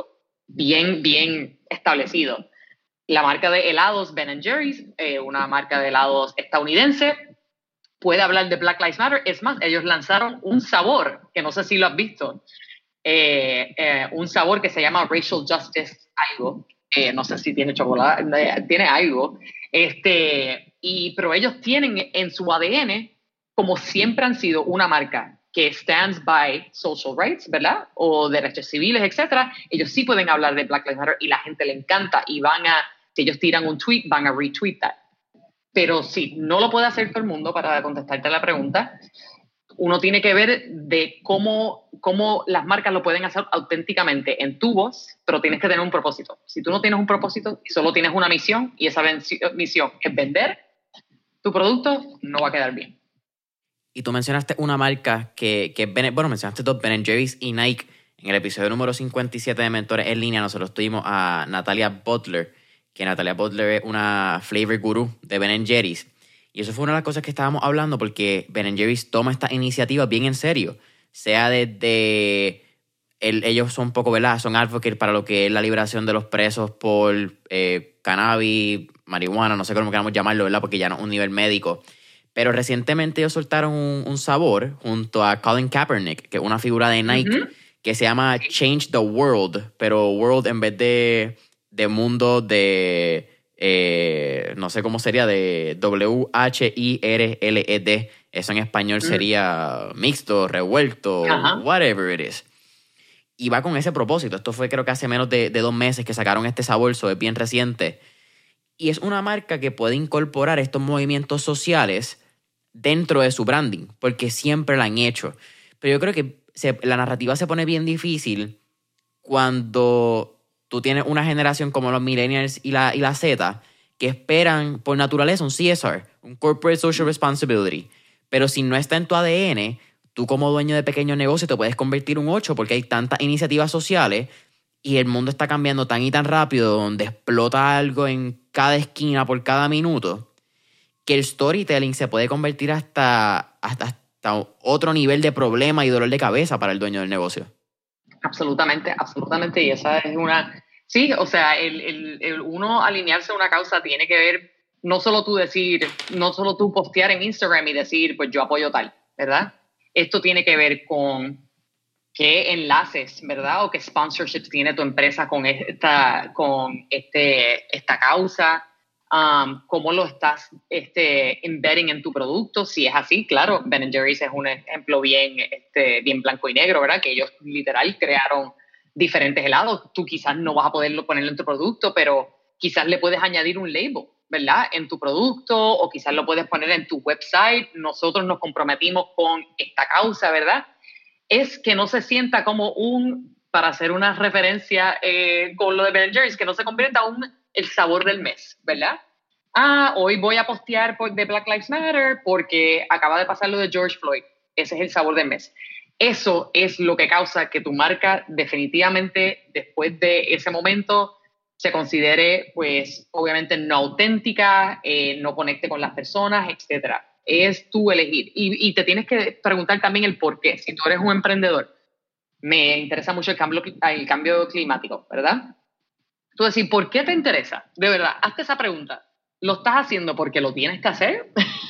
bien, bien establecido. La marca de helados Ben and Jerry's, eh, una marca de helados estadounidense, puede hablar de Black Lives Matter. Es más, ellos lanzaron un sabor, que no sé si lo has visto, eh, eh, un sabor que se llama Racial Justice algo, eh, no sé si tiene chocolate, eh, tiene algo, este, y, pero ellos tienen en su A D N, como siempre han sido una marca que stands by social rights, ¿verdad? O derechos civiles, etcétera. Ellos sí pueden hablar de Black Lives Matter y la gente le encanta y van a, si ellos tiran un tweet, van a retweet that. Pero sí, no lo puede hacer todo el mundo, para contestarte la pregunta. Uno tiene que ver de cómo, cómo las marcas lo pueden hacer auténticamente en tu voz, pero tienes que tener un propósito. Si tú no tienes un propósito y solo tienes una misión, y esa misión es vender tu producto, no va a quedar bien. Y tú mencionaste una marca que, que Ben, bueno, mencionaste dos, Ben and Jerry's y Nike. En el episodio número cincuenta y siete de Mentores en Línea, nosotros tuvimos a Natalia Butler, que Natalia Butler es una flavor guru de Ben and Jerry's. Y eso fue una de las cosas que estábamos hablando, porque Ben and Jerry's toma esta iniciativa bien en serio. Sea desde... El, ellos son un poco, ¿verdad? Son advocates para lo que es la liberación de los presos por eh, cannabis, marihuana, no sé cómo queramos llamarlo, ¿verdad? Porque ya no es un nivel médico. Pero recientemente ellos soltaron un, un sabor junto a Colin Kaepernick, que es una figura de Nike, uh-huh. que se llama Change the World, pero world en vez de, de mundo de, eh, no sé cómo sería, de W H I R L E D. Eso en español uh-huh. sería mixto, revuelto, uh-huh. whatever it is. Y va con ese propósito. Esto fue creo que hace menos de, de dos meses que sacaron este sabor, eso es bien reciente. Y es una marca que puede incorporar estos movimientos sociales dentro de su branding, porque siempre la han hecho. Pero yo creo que se, la narrativa se pone bien difícil cuando tú tienes una generación como los millennials y la, y la Z, que esperan por naturaleza un C S R, un Corporate Social Responsibility. Pero si no está en tu A D N, tú como dueño de pequeño negocio te puedes convertir en un ocho, porque hay tantas iniciativas sociales y el mundo está cambiando tan y tan rápido, donde explota algo en cada esquina por cada minuto, que el storytelling se puede convertir hasta, hasta, hasta otro nivel de problema y dolor de cabeza para el dueño del negocio. Absolutamente, absolutamente. Y esa es una... Sí, o sea, el, el, el uno alinearse a una causa tiene que ver, no solo tú decir, no solo tú postear en Instagram y decir, pues yo apoyo tal, ¿verdad? Esto tiene que ver con qué enlaces, ¿verdad? O qué sponsorships tiene tu empresa con esta, con este, esta causa. Um, cómo lo estás este, embedding en tu producto. Si es así, claro, Ben and Jerry's es un ejemplo bien, este, bien blanco y negro, ¿verdad? Que ellos literal crearon diferentes helados. Tú quizás no vas a poderlo ponerlo en tu producto, pero quizás le puedes añadir un label, ¿verdad? En tu producto, o quizás lo puedes poner en tu website. Nosotros nos comprometimos con esta causa, ¿verdad? Es que no se sienta como un, para hacer una referencia eh, con lo de Ben and Jerry's, que no se convierta en un el sabor del mes, ¿verdad? Ah, hoy voy a postear de Black Lives Matter porque acaba de pasar lo de George Floyd. Ese es el sabor del mes. Eso es lo que causa que tu marca definitivamente, después de ese momento, se considere, pues, obviamente no auténtica, eh, no conecte con las personas, etcétera. Es tú elegir. Y, y te tienes que preguntar también el por qué. Si tú eres un emprendedor, me interesa mucho el cambio, el cambio climático, ¿verdad? Tú decís, ¿por qué te interesa? De verdad, hazte esa pregunta. ¿Lo estás haciendo porque lo tienes que hacer?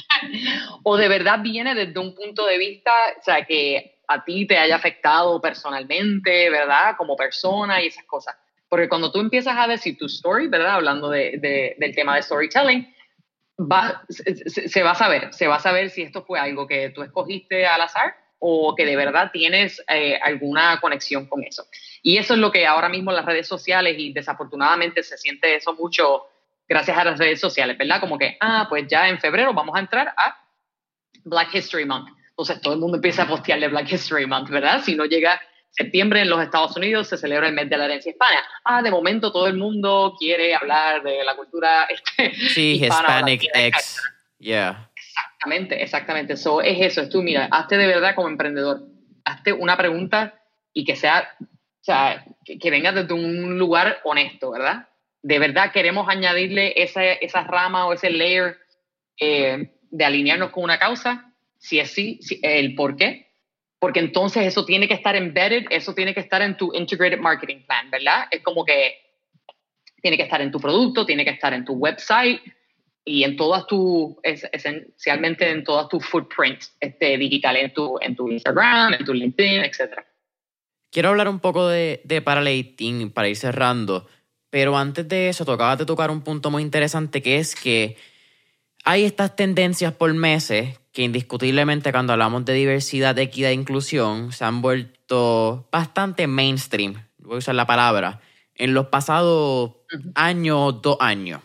¿O de verdad viene desde un punto de vista, o sea, que a ti te haya afectado personalmente, ¿verdad? Como persona y esas cosas. Porque cuando tú empiezas a decir tu story, ¿verdad? Hablando de, de, del tema de storytelling, va, se, se va a saber, se va a saber si esto fue algo que tú escogiste al azar o que de verdad tienes eh, alguna conexión con eso. Y eso es lo que ahora mismo en las redes sociales, y desafortunadamente se siente eso mucho gracias a las redes sociales, ¿verdad? Como que, ah, pues ya en febrero vamos a entrar a Black History Month. Entonces todo el mundo empieza a postearle Black History Month, ¿verdad? Si no llega septiembre en los Estados Unidos, se celebra el mes de la herencia hispana. Ah, de momento todo el mundo quiere hablar de la cultura este, sí, hispana, Hispanic X, yeah. Exactamente, exactamente. So, es eso, es tú, mira, hazte de verdad como emprendedor, hazte una pregunta y que sea, o sea, que, que venga desde un lugar honesto, ¿verdad? De verdad queremos añadirle esa, esa rama o ese layer eh, de alinearnos con una causa. Si es sí, si, el por qué, porque entonces eso tiene que estar embedded, eso tiene que estar en tu integrated marketing plan, ¿verdad? Es como que tiene que estar en tu producto, tiene que estar en tu website y en todas tus, es, esencialmente en todas tus footprints este, digitales, en tu, en tu Instagram, en tu LinkedIn, etcétera. Quiero hablar un poco de, de Paraleighting para ir cerrando, pero antes de eso tocaba de tocar un punto muy interesante, que es que hay estas tendencias por meses que indiscutiblemente cuando hablamos de diversidad, equidad e inclusión se han vuelto bastante mainstream, voy a usar la palabra, en los pasados uh-huh. años, dos años.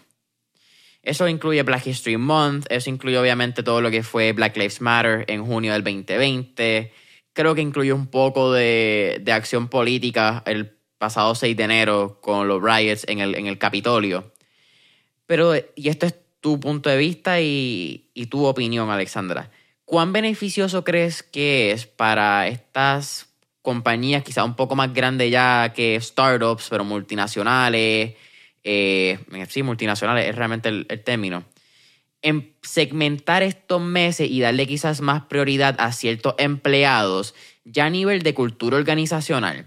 Eso incluye Black History Month, eso incluye obviamente todo lo que fue Black Lives Matter en junio del veinte veinte. Creo que incluye un poco de, de acción política el pasado seis de enero con los riots en el, en el Capitolio. Pero, y esto es tu punto de vista y, y tu opinión, Alexandra. ¿Cuán beneficioso crees que es para estas compañías quizá un poco más grandes ya que startups, pero multinacionales, eh, sí, multinacionales es realmente el, el término, en segmentar estos meses y darle quizás más prioridad a ciertos empleados ya a nivel de cultura organizacional?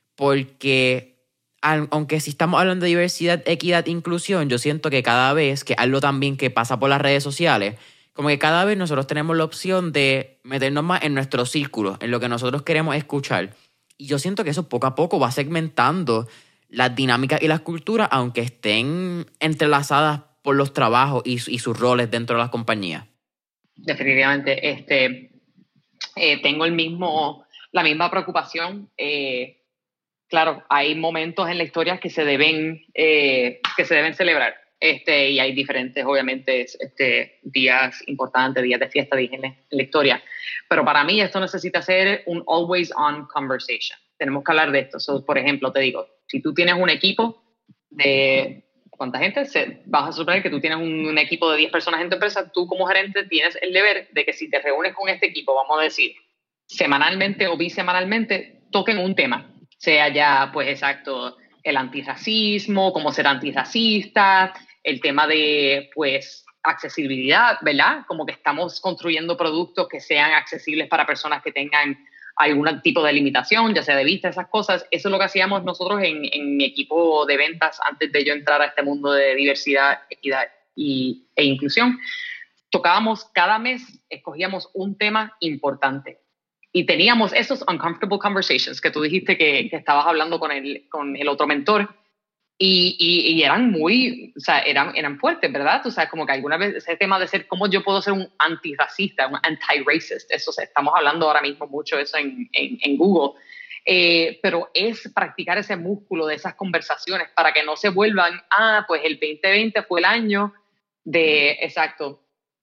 Porque aunque si estamos hablando de diversidad, equidad, inclusión, yo siento que cada vez, que algo también que pasa por las redes sociales, como que cada vez nosotros tenemos la opción de meternos más en nuestro círculo, en lo que nosotros queremos escuchar. Y yo siento que eso poco a poco va segmentando las dinámicas y las culturas, aunque estén entrelazadas por los trabajos y, y sus roles dentro de las compañías. Definitivamente. Este, eh, tengo el mismo, la misma preocupación. Eh, claro, hay momentos en la historia que se deben, eh, que se deben celebrar. Este, y hay diferentes, obviamente, este, días importantes, días de fiesta, días en la, en la historia. Pero para mí esto necesita ser un always on conversation. Tenemos que hablar de esto. So, por ejemplo, te digo, si tú tienes un equipo de... ¿Cuánta gente? Se, vas a suponer que tú tienes un, un equipo de diez personas en tu empresa. Tú como gerente tienes el deber de que si te reúnes con este equipo, vamos a decir, semanalmente o bisemanalmente, toquen un tema. Sea ya, pues exacto, el antirracismo, cómo ser antirracista, el tema de, pues, accesibilidad, ¿verdad? Como que estamos construyendo productos que sean accesibles para personas que tengan algún tipo de limitación, ya sea de vista, esas cosas. Eso es lo que hacíamos nosotros en, en mi equipo de ventas antes de yo entrar a este mundo de diversidad, equidad y, e inclusión. Tocábamos cada mes, escogíamos un tema importante. Y teníamos esos uncomfortable conversations que tú dijiste que, que estabas hablando con el, con el otro mentor. Y, y, y eran muy, o sea, eran, eran fuertes, ¿verdad? O sea, como que alguna vez ese tema de ser, ¿cómo yo puedo ser un antirracista, un anti-racist? Eso, o sea, estamos hablando ahora mismo mucho de eso en, en, en Google. Eh, pero es practicar ese músculo de esas conversaciones para que no se vuelvan, ah, pues el veinte veinte fue el año de, exacto,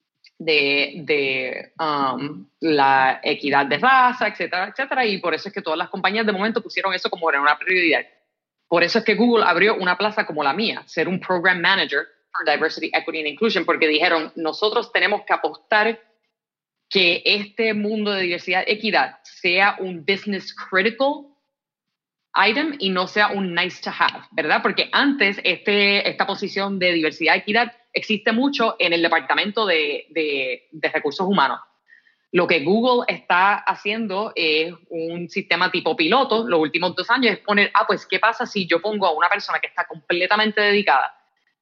de, de um, la equidad de raza, etcétera, etcétera. Y por eso es que todas las compañías de momento pusieron eso como una prioridad. Por eso es que Google abrió una plaza como la mía, ser un Program Manager for Diversity, Equity and Inclusion, porque dijeron, nosotros tenemos que apostar que este mundo de diversidad y equidad sea un business critical item y no sea un nice to have, ¿verdad? Porque antes este, esta posición de diversidad y equidad existe mucho en el departamento de, de, de recursos humanos. Lo que Google está haciendo es un sistema tipo piloto, los últimos dos años, es poner, ah, pues, ¿qué pasa si yo pongo a una persona que está completamente dedicada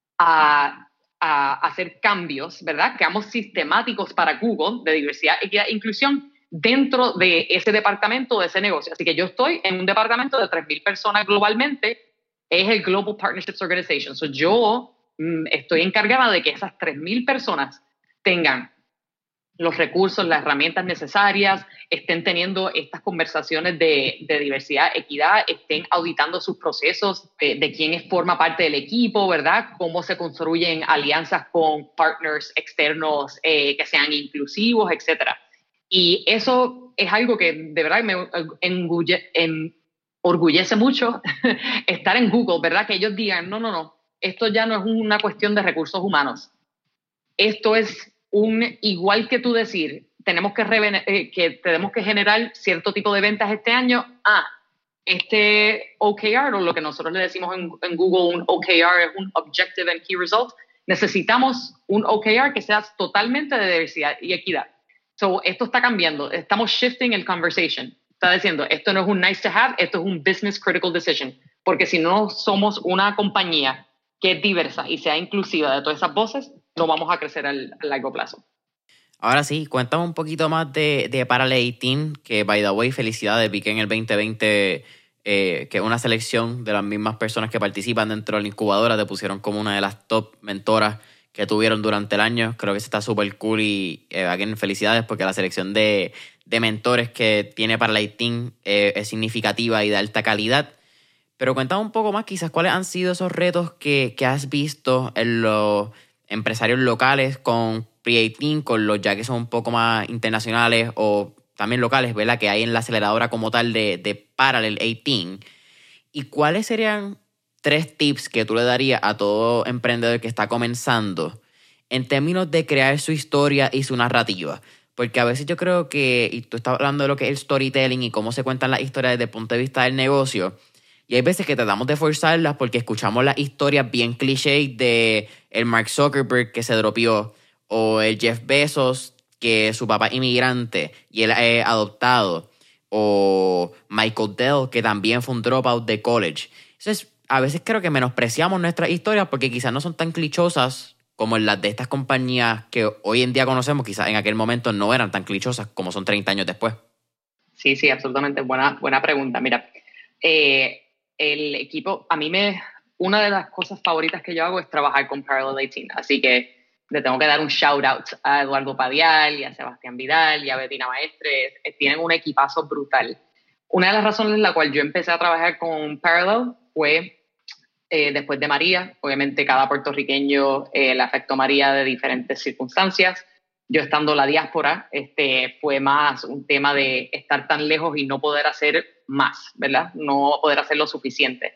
a, a hacer cambios, ¿verdad? Cambios sistemáticos para Google de diversidad, equidad e inclusión dentro de ese departamento, de ese negocio. Así que yo estoy en un departamento de tres mil personas globalmente, es el Global Partnerships Organization. So, yo mm, estoy encargada de que esas tres mil personas tengan los recursos, las herramientas necesarias, estén teniendo estas conversaciones de, de diversidad, equidad, estén auditando sus procesos de, de quién forma parte del equipo, ¿verdad? Cómo se construyen alianzas con partners externos eh, que sean inclusivos, etcétera. Y eso es algo que de verdad me engulle, en, orgullece mucho estar en Google, ¿verdad? Que ellos digan, no, no, no, esto ya no es una cuestión de recursos humanos. Esto es un, igual que tú decir, tenemos que, reven- eh, que tenemos que generar cierto tipo de ventas este año. Ah, este O K R, o lo que nosotros le decimos en, en Google, un O K R es un Objective and Key Result. Necesitamos un O K R que sea totalmente de diversidad y equidad. So, esto está cambiando. Estamos shifting el conversation. está diciendo, esto no es un nice to have, esto es un business critical decision, porque si no somos una compañía que es diversa y sea inclusiva de todas esas voces, no vamos a crecer al, a largo plazo. Ahora sí, cuéntame un poquito más de, de Parallel dieciocho, que by the way, felicidades, vi que en el veinte veinte, eh, que una selección de las mismas personas que participan dentro de la incubadora te pusieron como una de las top mentoras que tuvieron durante el año. Creo que eso está súper cool y eh, again, felicidades porque la selección de, de mentores que tiene Parallel dieciocho eh, es significativa y de alta calidad. Pero cuéntame un poco más, quizás, cuáles han sido esos retos que, que has visto en los empresarios locales con Pre dieciocho, con los ya que son un poco más internacionales o también locales, ¿verdad? Que hay en la aceleradora como tal de, de Parallel dieciocho. ¿Y cuáles serían tres tips que tú le darías a todo emprendedor que está comenzando en términos de crear su historia y su narrativa? Porque a veces yo creo que, y tú estás hablando de lo que es el storytelling y cómo se cuentan las historias desde el punto de vista del negocio, y hay veces que tratamos de forzarlas porque escuchamos las historias bien cliché de el Mark Zuckerberg que se dropeó, o el Jeff Bezos que su papá es inmigrante y él es adoptado, o Michael Dell que también fue un dropout de college. Entonces, a veces creo que menospreciamos nuestras historias porque quizás no son tan clichosas como las de estas compañías que hoy en día conocemos. Quizás en aquel momento no eran tan clichosas como son treinta años después. Sí, sí, absolutamente. Buena, buena pregunta. Mira, eh, el equipo, a mí me, una de las cosas favoritas que yo hago es trabajar con Parallel dieciocho. Así que le tengo que dar un shout out a Eduardo Padial y a Sebastián Vidal y a Betina Maestre. Tienen un equipazo brutal. Una de las razones en la cual yo empecé a trabajar con Parallel fue eh, después de María. Obviamente cada puertorriqueño eh, le afectó María de diferentes circunstancias. Yo estando en la diáspora, este, fue más un tema de estar tan lejos y no poder hacer más, ¿verdad? No poder hacer lo suficiente.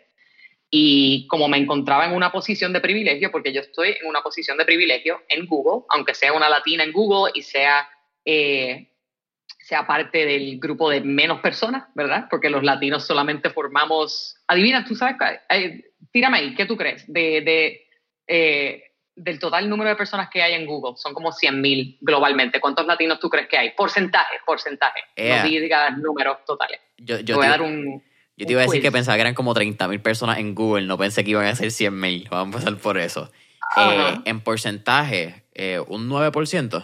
Y como me encontraba en una posición de privilegio, porque yo estoy en una posición de privilegio en Google, aunque sea una latina en Google y sea, eh, sea parte del grupo de menos personas, ¿verdad? Porque los latinos solamente formamos... Adivina, tú sabes, eh, tírame ahí, ¿qué tú crees? De, de, eh, del total número de personas que hay en Google, son como cien mil globalmente. ¿Cuántos latinos tú crees que hay? Porcentaje, porcentaje. Yeah. No digas números totales. Yo, yo te voy te... a dar un... Yo te iba a decir que pensaba que eran como treinta mil personas en Google, no pensé que iban a ser cien mil. Vamos a empezar por eso. Eh, en porcentaje, eh, ¿un nueve por ciento?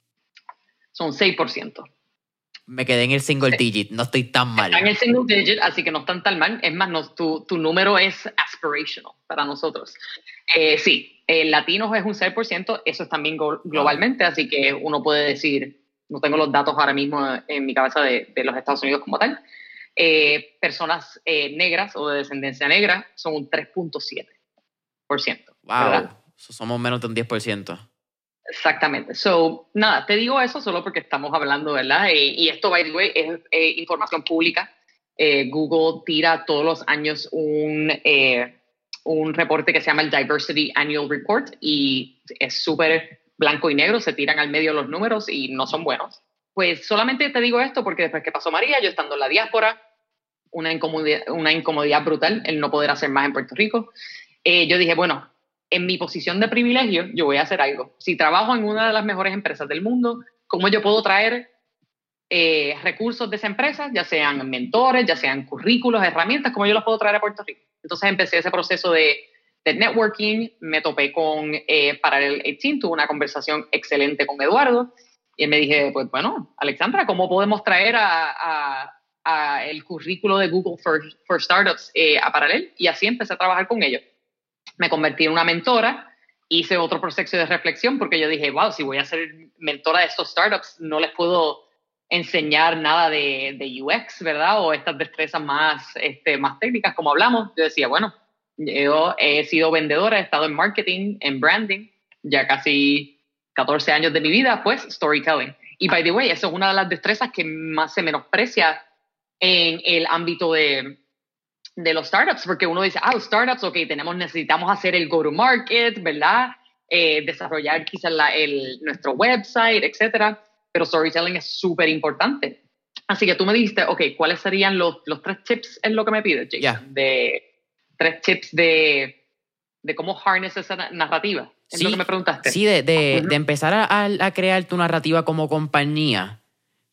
Son seis por ciento. Me quedé en el single digit, no estoy tan mal. Está en el single digit, así que no están tan mal. Es más, no, tu, tu número es aspirational para nosotros. Eh, sí, eh, latinos es un seis por ciento, eso es también globalmente, así que uno puede decir, no tengo los datos ahora mismo en mi cabeza de, de los Estados Unidos como tal. Eh, personas eh, negras o de descendencia negra son un tres punto siete por ciento. Wow, ¿verdad? So, somos menos de un diez por ciento. Exactamente. So, nada, te digo eso solo porque estamos hablando, ¿verdad? Eh, y esto, by the way, es eh, información pública. Eh, Google tira todos los años un, eh, un reporte que se llama el Diversity Annual Report y es súper blanco y negro, se tiran al medio los números y no son buenos. Pues solamente te digo esto porque después que pasó María, yo estando en la diáspora, una incomodidad, una incomodidad brutal el no poder hacer más en Puerto Rico, eh, yo dije, bueno, en mi posición de privilegio, yo voy a hacer algo. Si trabajo en una de las mejores empresas del mundo, ¿cómo yo puedo traer eh, recursos de esa empresa, ya sean mentores, ya sean currículos, herramientas, cómo yo los puedo traer a Puerto Rico? Entonces empecé ese proceso de, de networking, me topé con eh, Parallel dieciocho, tuve una conversación excelente con Eduardo, y me dije, pues bueno, Alexandra, ¿cómo podemos traer a, a, a el currículo de Google for, for Startups eh, a Parallel? Y así empecé a trabajar con ellos. Me convertí en una mentora, hice otro proceso de reflexión porque yo dije, wow, si voy a ser mentora de estos startups, no les puedo enseñar nada de, de U X, ¿verdad? O estas destrezas más, este, más técnicas, como hablamos. Yo decía, bueno, yo he sido vendedora, he estado en marketing, en branding, ya casi catorce años de mi vida, pues storytelling. Y by the way, eso es una de las destrezas que más se menosprecia en el ámbito de, de los startups, porque uno dice, ah, los startups, ok, tenemos, necesitamos hacer el go-to-market, ¿verdad? Eh, desarrollar quizás la, el, nuestro website, etcétera, pero storytelling es súper importante. Así que tú me dijiste, ok, ¿cuáles serían los, los tres tips en lo que me pides, Jason? Yeah. De, tres tips de, de cómo harness esa narrativa. ¿Es sí, lo que me preguntaste? Sí, de, de, uh-huh. de empezar a, a crear tu narrativa como compañía.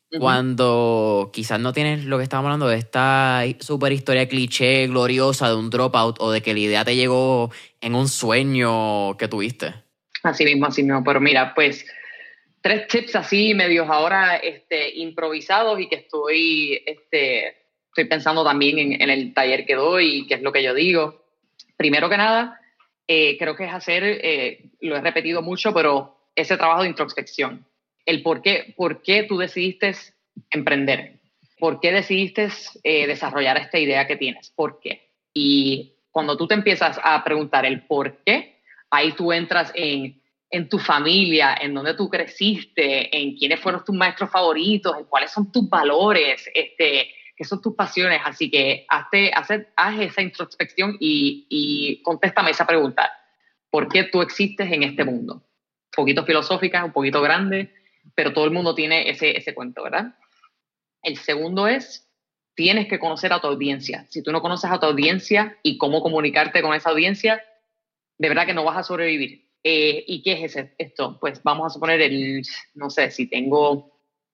Uh-huh. Cuando quizás no tienes lo que estábamos hablando de esta super historia cliché, gloriosa de un dropout o de que la idea te llegó en un sueño que tuviste. Así mismo, así mismo. Pero mira, pues tres tips así medios ahora este, improvisados y que estoy, este, estoy pensando también en, en el taller que doy y qué es lo que yo digo. Primero que nada, eh, creo que es hacer, eh, lo he repetido mucho, pero ese trabajo de introspección. El por qué, por qué tú decidiste emprender. ¿Por qué decidiste eh, desarrollar esta idea que tienes? ¿Por qué? Y cuando tú te empiezas a preguntar el por qué, ahí tú entras en, en tu familia, en dónde tú creciste, en quiénes fueron tus maestros favoritos, en cuáles son tus valores, este, qué son tus pasiones. Así que hazte, hazte, haz esa introspección y, y contéstame esa pregunta. ¿Por qué tú existes en este mundo? Un poquito filosófica, un poquito grande, pero todo el mundo tiene ese, ese cuento, ¿verdad? El segundo es, tienes que conocer a tu audiencia. Si tú no conoces a tu audiencia y cómo comunicarte con esa audiencia, de verdad que no vas a sobrevivir. Eh, ¿Y qué es ese, esto? Pues vamos a suponer, el, no sé, si tengo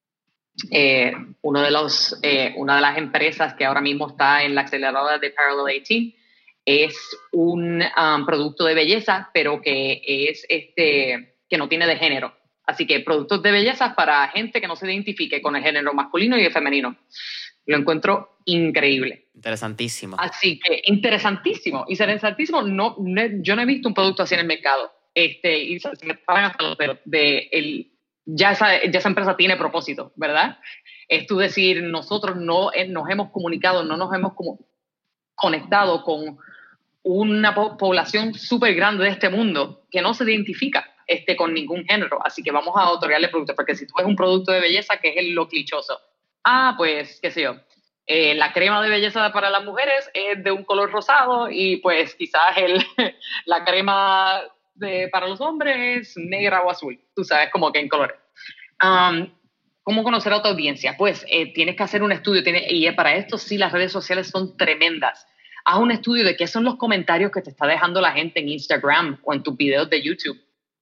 eh, uno de los, eh, una de las empresas que ahora mismo está en la aceleradora de Parallel dieciocho, es un um, producto de belleza, pero que, es este, que no tiene de género. Así que productos de belleza para gente que no se identifique con el género masculino y el femenino. Lo encuentro increíble. Interesantísimo. Así que interesantísimo. Interesantísimo. No, no, yo no he visto un producto así en el mercado. Este, y se me pagan hasta los pelos de el, ya, esa, ya esa empresa tiene propósito, ¿verdad? Es tú decir, nosotros no nos hemos comunicado, no nos hemos como conectado con una po- población súper grande de este mundo que no se identifica este, con ningún género. Así que vamos a otorgarle productos, porque si tú ves un producto de belleza, que es el, lo clichoso, ah, pues, qué sé yo, eh, la crema de belleza para las mujeres es de un color rosado y pues quizás el, la crema de, para los hombres es negra o azul, tú sabes, como que en colores. Um, ¿Cómo conocer a tu audiencia? Pues eh, tienes que hacer un estudio, tiene, y para esto sí las redes sociales son tremendas. Haz un estudio de qué son los comentarios que te está dejando la gente en Instagram o en tus videos de YouTube.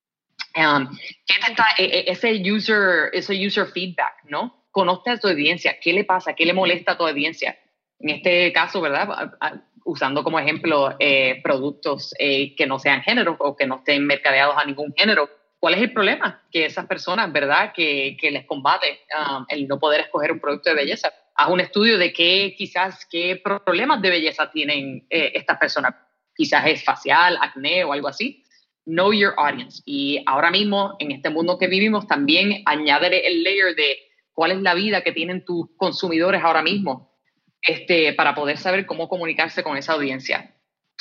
Um, ¿qué te está, ese, user, ese user feedback, ¿no? Conoce a tu audiencia. ¿Qué le pasa? ¿Qué le molesta a tu audiencia? En este caso, ¿verdad? Usando como ejemplo eh, productos eh, que no sean género o que no estén mercadeados a ningún género. ¿Cuál es el problema? Que esas personas, ¿verdad? Que, que les combate um, el no poder escoger un producto de belleza. Haz un estudio de qué quizás qué problemas de belleza tienen eh, estas personas. Quizás es facial, acné o algo así. Know your audience. Y ahora mismo, en este mundo que vivimos, también añade el layer de cuál es la vida que tienen tus consumidores ahora mismo, este, para poder saber cómo comunicarse con esa audiencia.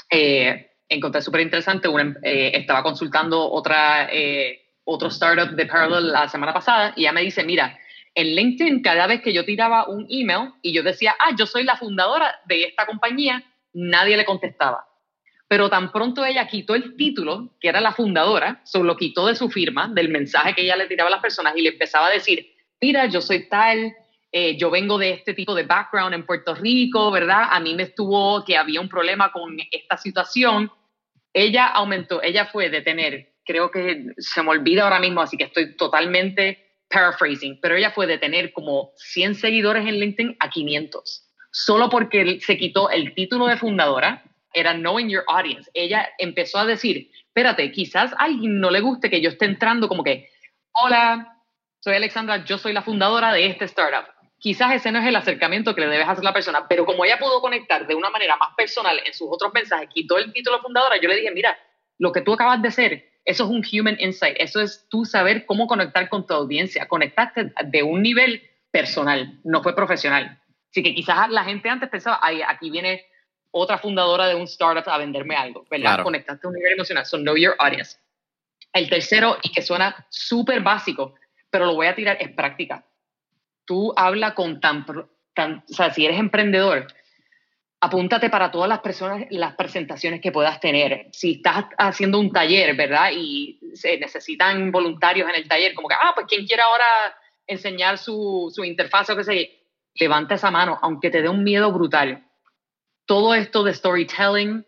Eh, encontré súper interesante, una, eh, estaba consultando otra, eh, otro startup de Parallel la semana pasada y ella me dice, mira, en LinkedIn cada vez que yo tiraba un email y yo decía, ah, yo soy la fundadora de esta compañía, nadie le contestaba. Pero tan pronto ella quitó el título, que era la fundadora, solo lo quitó de su firma, del mensaje que ella le tiraba a las personas y le empezaba a decir, mira, yo soy tal, eh, yo vengo de este tipo de background en Puerto Rico, ¿verdad? A mí me estuvo que había un problema con esta situación. Ella aumentó, ella fue de tener, creo que se me olvida ahora mismo, así que estoy totalmente paraphrasing, pero ella fue de tener como cien seguidores en LinkedIn a quinientos, solo porque se quitó el título de fundadora. Era knowing your audience. Ella empezó a decir, espérate, quizás a alguien no le guste que yo esté entrando como que, hola, soy Alexandra, yo soy la fundadora de este startup. Quizás ese no es el acercamiento que le debes hacer a la persona, pero como ella pudo conectar de una manera más personal en sus otros mensajes, quitó el título de fundadora, yo le dije, mira, lo que tú acabas de hacer, eso es un human insight, eso es tú saber cómo conectar con tu audiencia, conectaste de un nivel personal, no fue profesional. Así que quizás la gente antes pensaba, ay, aquí viene otra fundadora de un startup a venderme algo, ¿verdad? Claro. Conectaste a un nivel emocional. So, know your audience. El tercero, y que suena súper básico, pero lo voy a tirar, es práctica. Tú habla con tan, tan... O sea, si eres emprendedor, apúntate para todas las personas, las presentaciones que puedas tener. Si estás haciendo un taller, ¿verdad? Y se necesitan voluntarios en el taller, como que, ah, pues quien quiera ahora enseñar su, su interfaz o qué sé, levanta esa mano, aunque te dé un miedo brutal. Todo esto de storytelling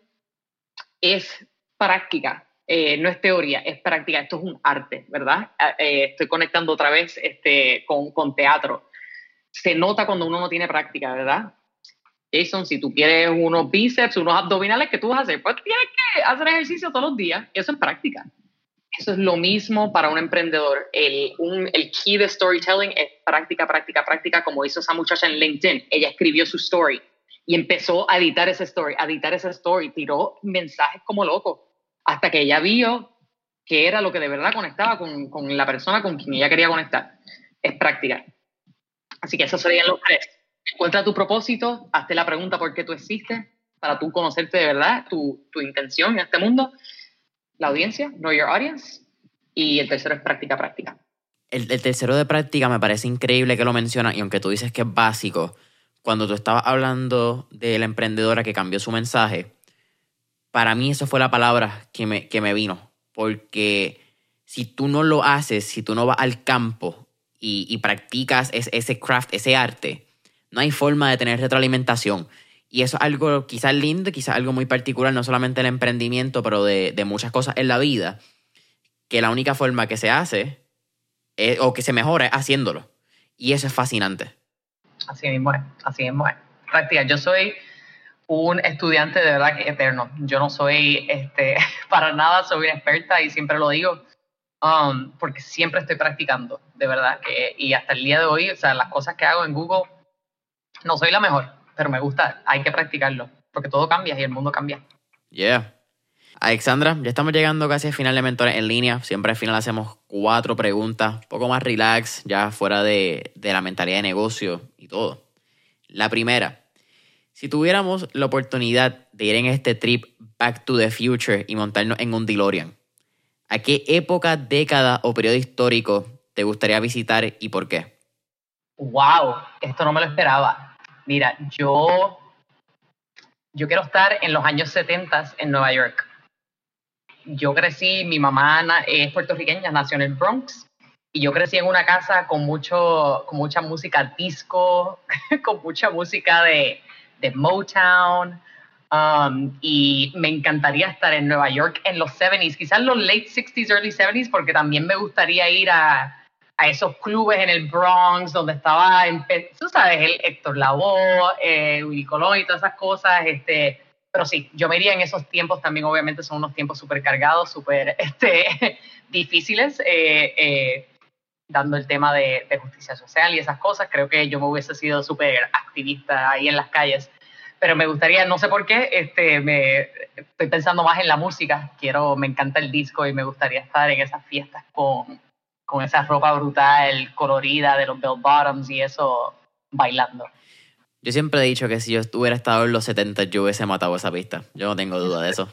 es práctica, eh, no es teoría, es práctica. Esto es un arte, ¿verdad? Eh, estoy conectando otra vez este, con, con teatro. se nota cuando uno no tiene práctica, ¿verdad? Jason, si tú quieres unos bíceps, unos abdominales, ¿qué tú vas a hacer? Pues tienes que hacer ejercicio todos los días. Eso es práctica. Eso es lo mismo para un emprendedor. El, un, el key de storytelling es práctica, práctica, práctica, como hizo esa muchacha en LinkedIn. Ella escribió su story y empezó a editar esa story, a editar esa story, tiró mensajes como loco, hasta que ella vio que era lo que de verdad conectaba con, con la persona con quien ella quería conectar. Es práctica. Así que esos serían los tres. Encuentra tu propósito, hazte la pregunta por qué tú existes, para tú conocerte de verdad, tu, tu intención en este mundo, la audiencia, know your audience, y el tercero es práctica, práctica. El, el tercero de práctica me parece increíble que lo mencionas, y aunque tú dices que es básico, cuando tú estabas hablando de la emprendedora que cambió su mensaje, para mí eso fue la palabra que me, que me vino, porque si tú no lo haces, si tú no vas al campo y, y practicas ese, ese craft, ese arte, no hay forma de tener retroalimentación. Y eso es algo quizás lindo, quizás algo muy particular, no solamente el emprendimiento, pero de, de muchas cosas en la vida, que la única forma que se hace es, o que se mejora es haciéndolo. Y eso es fascinante. Así mismo es, así mismo es. Práctica, yo soy un estudiante de verdad que eterno. Yo no soy este, para nada, soy una experta y siempre lo digo, um, porque siempre estoy practicando, de verdad. Que, y hasta el día de hoy, o sea, las cosas que hago en Google, no soy la mejor, pero me gusta, hay que practicarlo, porque todo cambia y el mundo cambia. Yeah. Alexandra, ya estamos llegando casi al final de Mentores en Línea. Siempre al final hacemos cuatro preguntas, un poco más relax, ya fuera de, de la mentalidad de negocio y todo. La primera, si tuviéramos la oportunidad de ir en este trip Back to the Future y montarnos en un DeLorean, ¿a qué época, década o periodo histórico te gustaría visitar y por qué? Wow, esto no me lo esperaba. Mira, yo, yo quiero estar en los años setenta en Nueva York. Yo crecí, mi mamá es puertorriqueña, nació en el Bronx, y yo crecí en una casa con, mucho, con mucha música disco, con mucha música de, de Motown, um, y me encantaría estar en Nueva York en los setenta, quizás los late sixties, early seventies, porque también me gustaría ir a, a esos clubes en el Bronx donde estaba, tú sabes, el Héctor Lavoe, eh, Willy Colón y todas esas cosas, este... Pero sí, yo me iría en esos tiempos, también obviamente son unos tiempos súper cargados, súper este, difíciles, eh, eh, dando el tema de, de justicia social y esas cosas. Creo que yo me hubiese sido súper activista ahí en las calles. Pero me gustaría, no sé por qué, este, me, estoy pensando más en la música. Quiero, me encanta el disco y me gustaría estar en esas fiestas con, con esa ropa brutal, colorida de los bell bottoms y eso, bailando. Yo siempre he dicho que si yo hubiera estado en los setenta, yo hubiese matado esa pista. Yo no tengo duda de eso.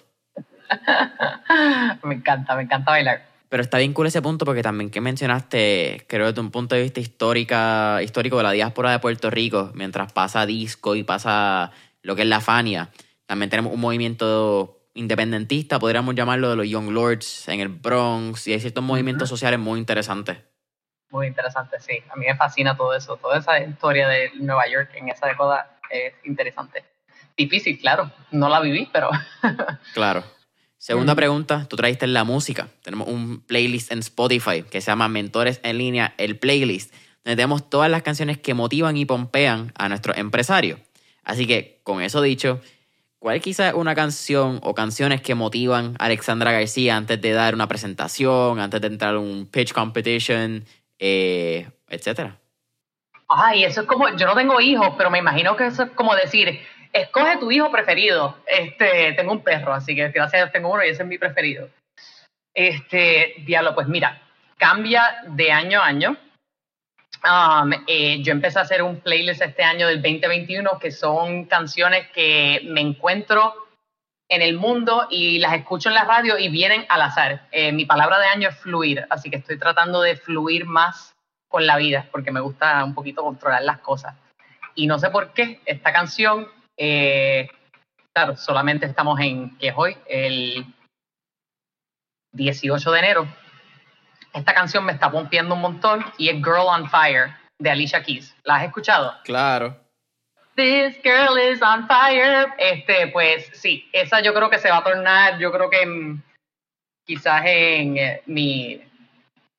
Me encanta, me encanta bailar. Pero está bien cool ese punto porque también que mencionaste, creo desde un punto de vista histórica, histórico de la diáspora de Puerto Rico, mientras pasa disco y pasa lo que es la Fania, también tenemos un movimiento independentista, podríamos llamarlo, de los Young Lords en el Bronx, y hay ciertos movimientos uh-huh. sociales muy interesantes. Muy interesante, sí. A mí me fascina todo eso. Toda esa historia de Nueva York en esa década es interesante. Difícil, claro. No la viví, pero... Claro. Segunda mm. pregunta, tú trajiste la música. Tenemos un playlist en Spotify que se llama Mentores en Línea, el playlist, donde tenemos todas las canciones que motivan y pompean a nuestros empresarios. Así que, con eso dicho, ¿cuál quizás una canción o canciones que motivan a Alexandra García antes de dar una presentación, antes de entrar a un pitch competition, eh, etcétera? Ay, eso es como, yo no tengo hijos, pero me imagino que eso es como decir, escoge tu hijo preferido. Este, tengo un perro, así que gracias a Dios tengo uno y ese es mi preferido. Este, diablo, pues mira, cambia de año a año. Um, eh, yo empecé a hacer un playlist este año del veinte veintiuno que son canciones que me encuentro en el mundo y las escucho en la radio y vienen al azar. Eh, mi palabra de año es fluir, así que estoy tratando de fluir más con la vida porque me gusta un poquito controlar las cosas. Y no sé por qué esta canción, eh, claro, solamente estamos en, ¿qué es hoy? El dieciocho de enero. Esta canción me está pompeando un montón y es Girl on Fire de Alicia Keys. ¿La has escuchado? Claro. This girl is on fire. Este, pues sí, esa yo creo que se va a tornar, yo creo que en, quizás en eh, mi,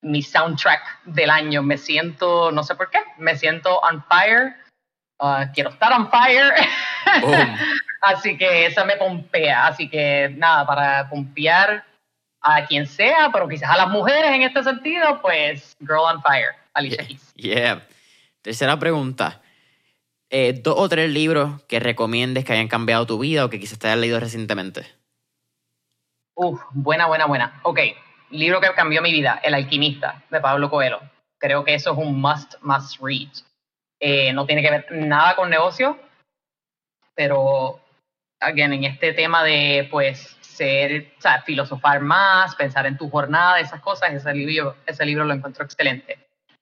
mi soundtrack del año. Me siento, no sé por qué, me siento on fire. Uh, quiero estar on fire. Oh. Así que esa me pompea. Así que nada, para pompear a quien sea, pero quizás a las mujeres en este sentido, pues Girl on Fire, Alicia Keys. Yeah. yeah. Tercera pregunta. Eh, dos o tres libros que recomiendes que hayan cambiado tu vida o que quizás te hayas leído recientemente. Uf, buena, buena, buena. Ok, libro que cambió mi vida, El Alquimista, de Pablo Coelho. Creo que eso es un must, must read. Eh, no tiene que ver nada con negocio, pero, again, en este tema de, pues, ser, o sea, filosofar más, pensar en tu jornada, esas cosas, ese libro, ese libro lo encuentro excelente.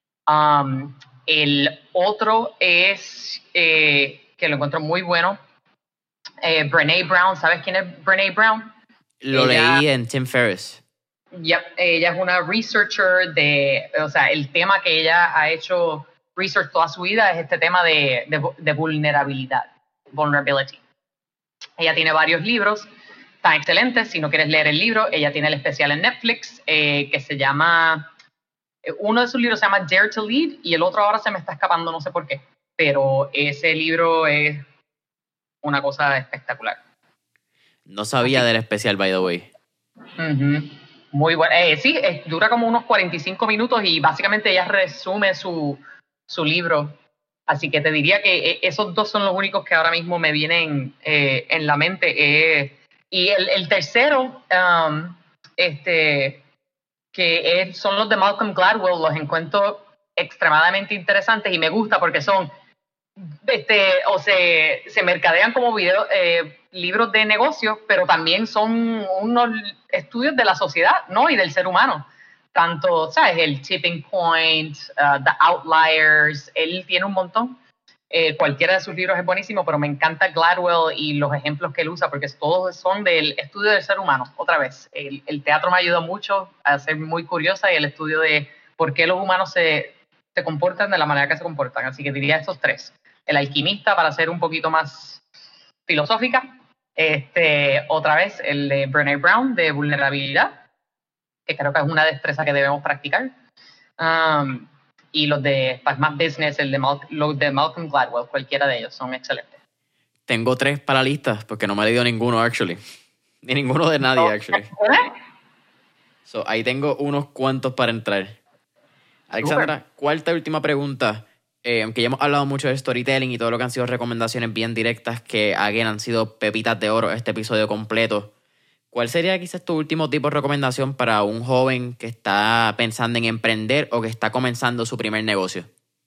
Um, el otro es, eh, que lo encuentro muy bueno, eh, Brené Brown. ¿Sabes quién es Brené Brown? Lo ella, leí en Tim Ferriss. Yep, ella es una researcher de, o sea, el tema que ella ha hecho research toda su vida es este tema de, de, de vulnerabilidad, vulnerability. Ella tiene varios libros, están excelentes. Si no quieres leer el libro, ella tiene el especial en Netflix eh, que se llama, uno de sus libros se llama Dare to Lead y el otro ahora se me está escapando, no sé por qué, pero ese libro es una cosa espectacular. No sabía Así. del especial, by the way. Uh-huh. Muy bueno. Eh, sí, eh, dura como unos cuarenta y cinco minutos y básicamente ella resume su, su libro. Así que te diría que esos dos son los únicos que ahora mismo me vienen eh, en la mente. Eh, y el, el tercero, um, este, que es, son los de Malcolm Gladwell, los encuentro extremadamente interesantes y me gusta porque son, este, o se, se mercadean como video, eh, libros de negocios, pero también son unos estudios de la sociedad, ¿no? Y del ser humano. Tanto, ¿sabes? El Tipping Point, uh, The Outliers, él tiene un montón. Eh, cualquiera de sus libros es buenísimo, pero me encanta Gladwell y los ejemplos que él usa, porque todos son del estudio del ser humano. Otra vez, el, el teatro me ayuda mucho a ser muy curiosa y el estudio de por qué los humanos se, se comportan de la manera que se comportan. Así que diría estos tres. El Alquimista, para ser un poquito más filosófica. Este, otra vez, el de Brené Brown, de vulnerabilidad, que creo que es una destreza que debemos practicar. Um, y los de más business, el de Mal- los de Malcolm Gladwell, cualquiera de ellos son excelentes. Tengo tres para la lista, porque no me he leído ninguno, actually. Ni ninguno de nadie, actually. So, ahí tengo unos cuantos para entrar. Alexandra, Super. Cuarta y última pregunta. Eh, aunque ya hemos hablado mucho de storytelling y todo lo que han sido recomendaciones bien directas que, again, han sido pepitas de oro este episodio completo. ¿Cuál sería quizás tu último tipo de recomendación para un joven que está pensando en emprender o que está comenzando su primer negocio?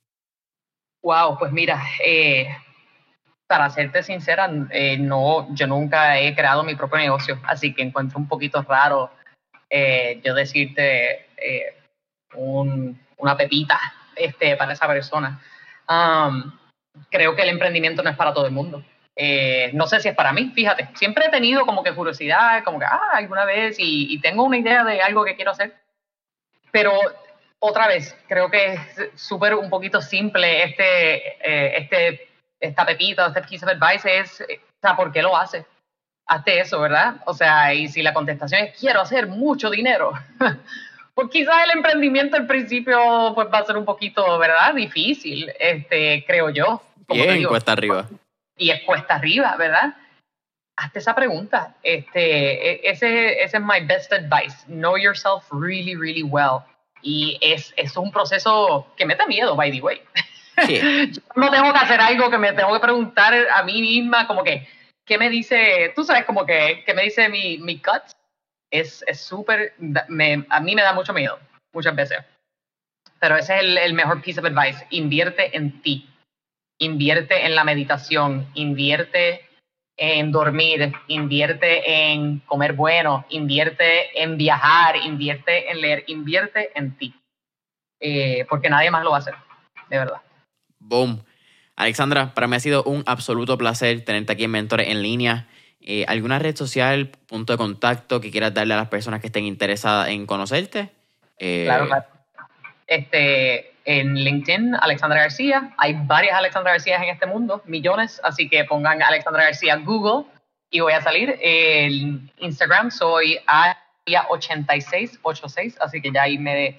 Wow, pues mira, eh, para serte sincera, eh, no, yo nunca he creado mi propio negocio, así que encuentro un poquito raro eh, yo decirte eh, un, una pepita este, para esa persona. Um, creo que el emprendimiento no es para todo el mundo. Eh, no sé si es para mí, fíjate, siempre he tenido como que curiosidad, como que, ah, alguna vez, y, y tengo una idea de algo que quiero hacer, pero otra vez, creo que es súper un poquito simple este, eh, este, esta pepita, este piece of advice es, o sea, ¿por qué lo haces? Hazte eso, ¿verdad? O sea, y si la contestación es, quiero hacer mucho dinero, pues quizás el emprendimiento al principio pues va a ser un poquito, ¿verdad? Difícil, este, creo yo. Como Bien, digo, cuesta arriba. Y es cuesta arriba, ¿verdad? Hazte esa pregunta. Este, ese, ese es my best advice. Know yourself really, really well. Y es, es un proceso que me da miedo, by the way. Sí. Yo no tengo que hacer algo que me tengo que preguntar a mí misma, como que, ¿qué me dice? Tú sabes, como que, ¿qué me dice mi, mi gut? Es súper, a mí me da mucho miedo, muchas veces. Pero ese es el, el mejor piece of advice. Invierte en ti. Invierte en la meditación, invierte en dormir, invierte en comer bueno, invierte en viajar, invierte en leer, invierte en ti. Eh, porque nadie más lo va a hacer, de verdad. Boom. Alexandra, para mí ha sido un absoluto placer tenerte aquí en Mentores en Línea. Eh, ¿Alguna red social, punto de contacto que quieras darle a las personas que estén interesadas en conocerte? Eh, claro, claro. Este, en LinkedIn, Alexandra García. Hay varias Alexandra Garcías en este mundo, millones, así que pongan Alexandra García Google y voy a salir. En Instagram soy A ochenta y seis ochenta y seis, así que ya ahí me,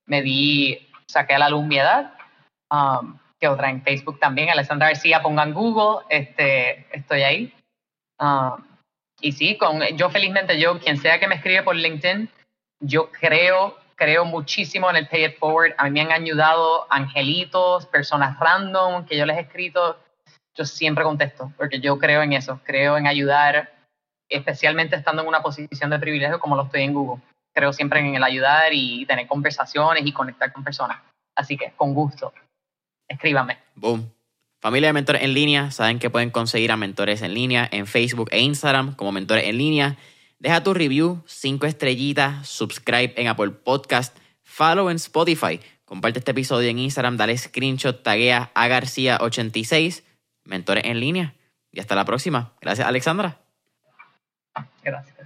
me di, saqué a la luz mi edad. Um, que otra en Facebook también, Alexandra García, pongan Google, este, estoy ahí. Um, y sí, con, yo felizmente, yo, quien sea que me escribe por LinkedIn, yo creo, creo muchísimo en el Pay It Forward. A mí me han ayudado angelitos, personas random que yo les he escrito. Yo siempre contesto, porque yo creo en eso, creo en ayudar, especialmente estando en una posición de privilegio como lo estoy en Google. Creo siempre en el ayudar y tener conversaciones y conectar con personas. Así que, con gusto, escríbame. Boom. Familia de Mentores en Línea, saben que pueden conseguir a Mentores en Línea en Facebook e Instagram como Mentores en Línea. Deja tu review, cinco estrellitas, subscribe en Apple Podcast, follow en Spotify, comparte este episodio en Instagram, dale screenshot, taguea a García ochenta y seis, Mentores en Línea. Y hasta la próxima. Gracias, Alexandra. Gracias.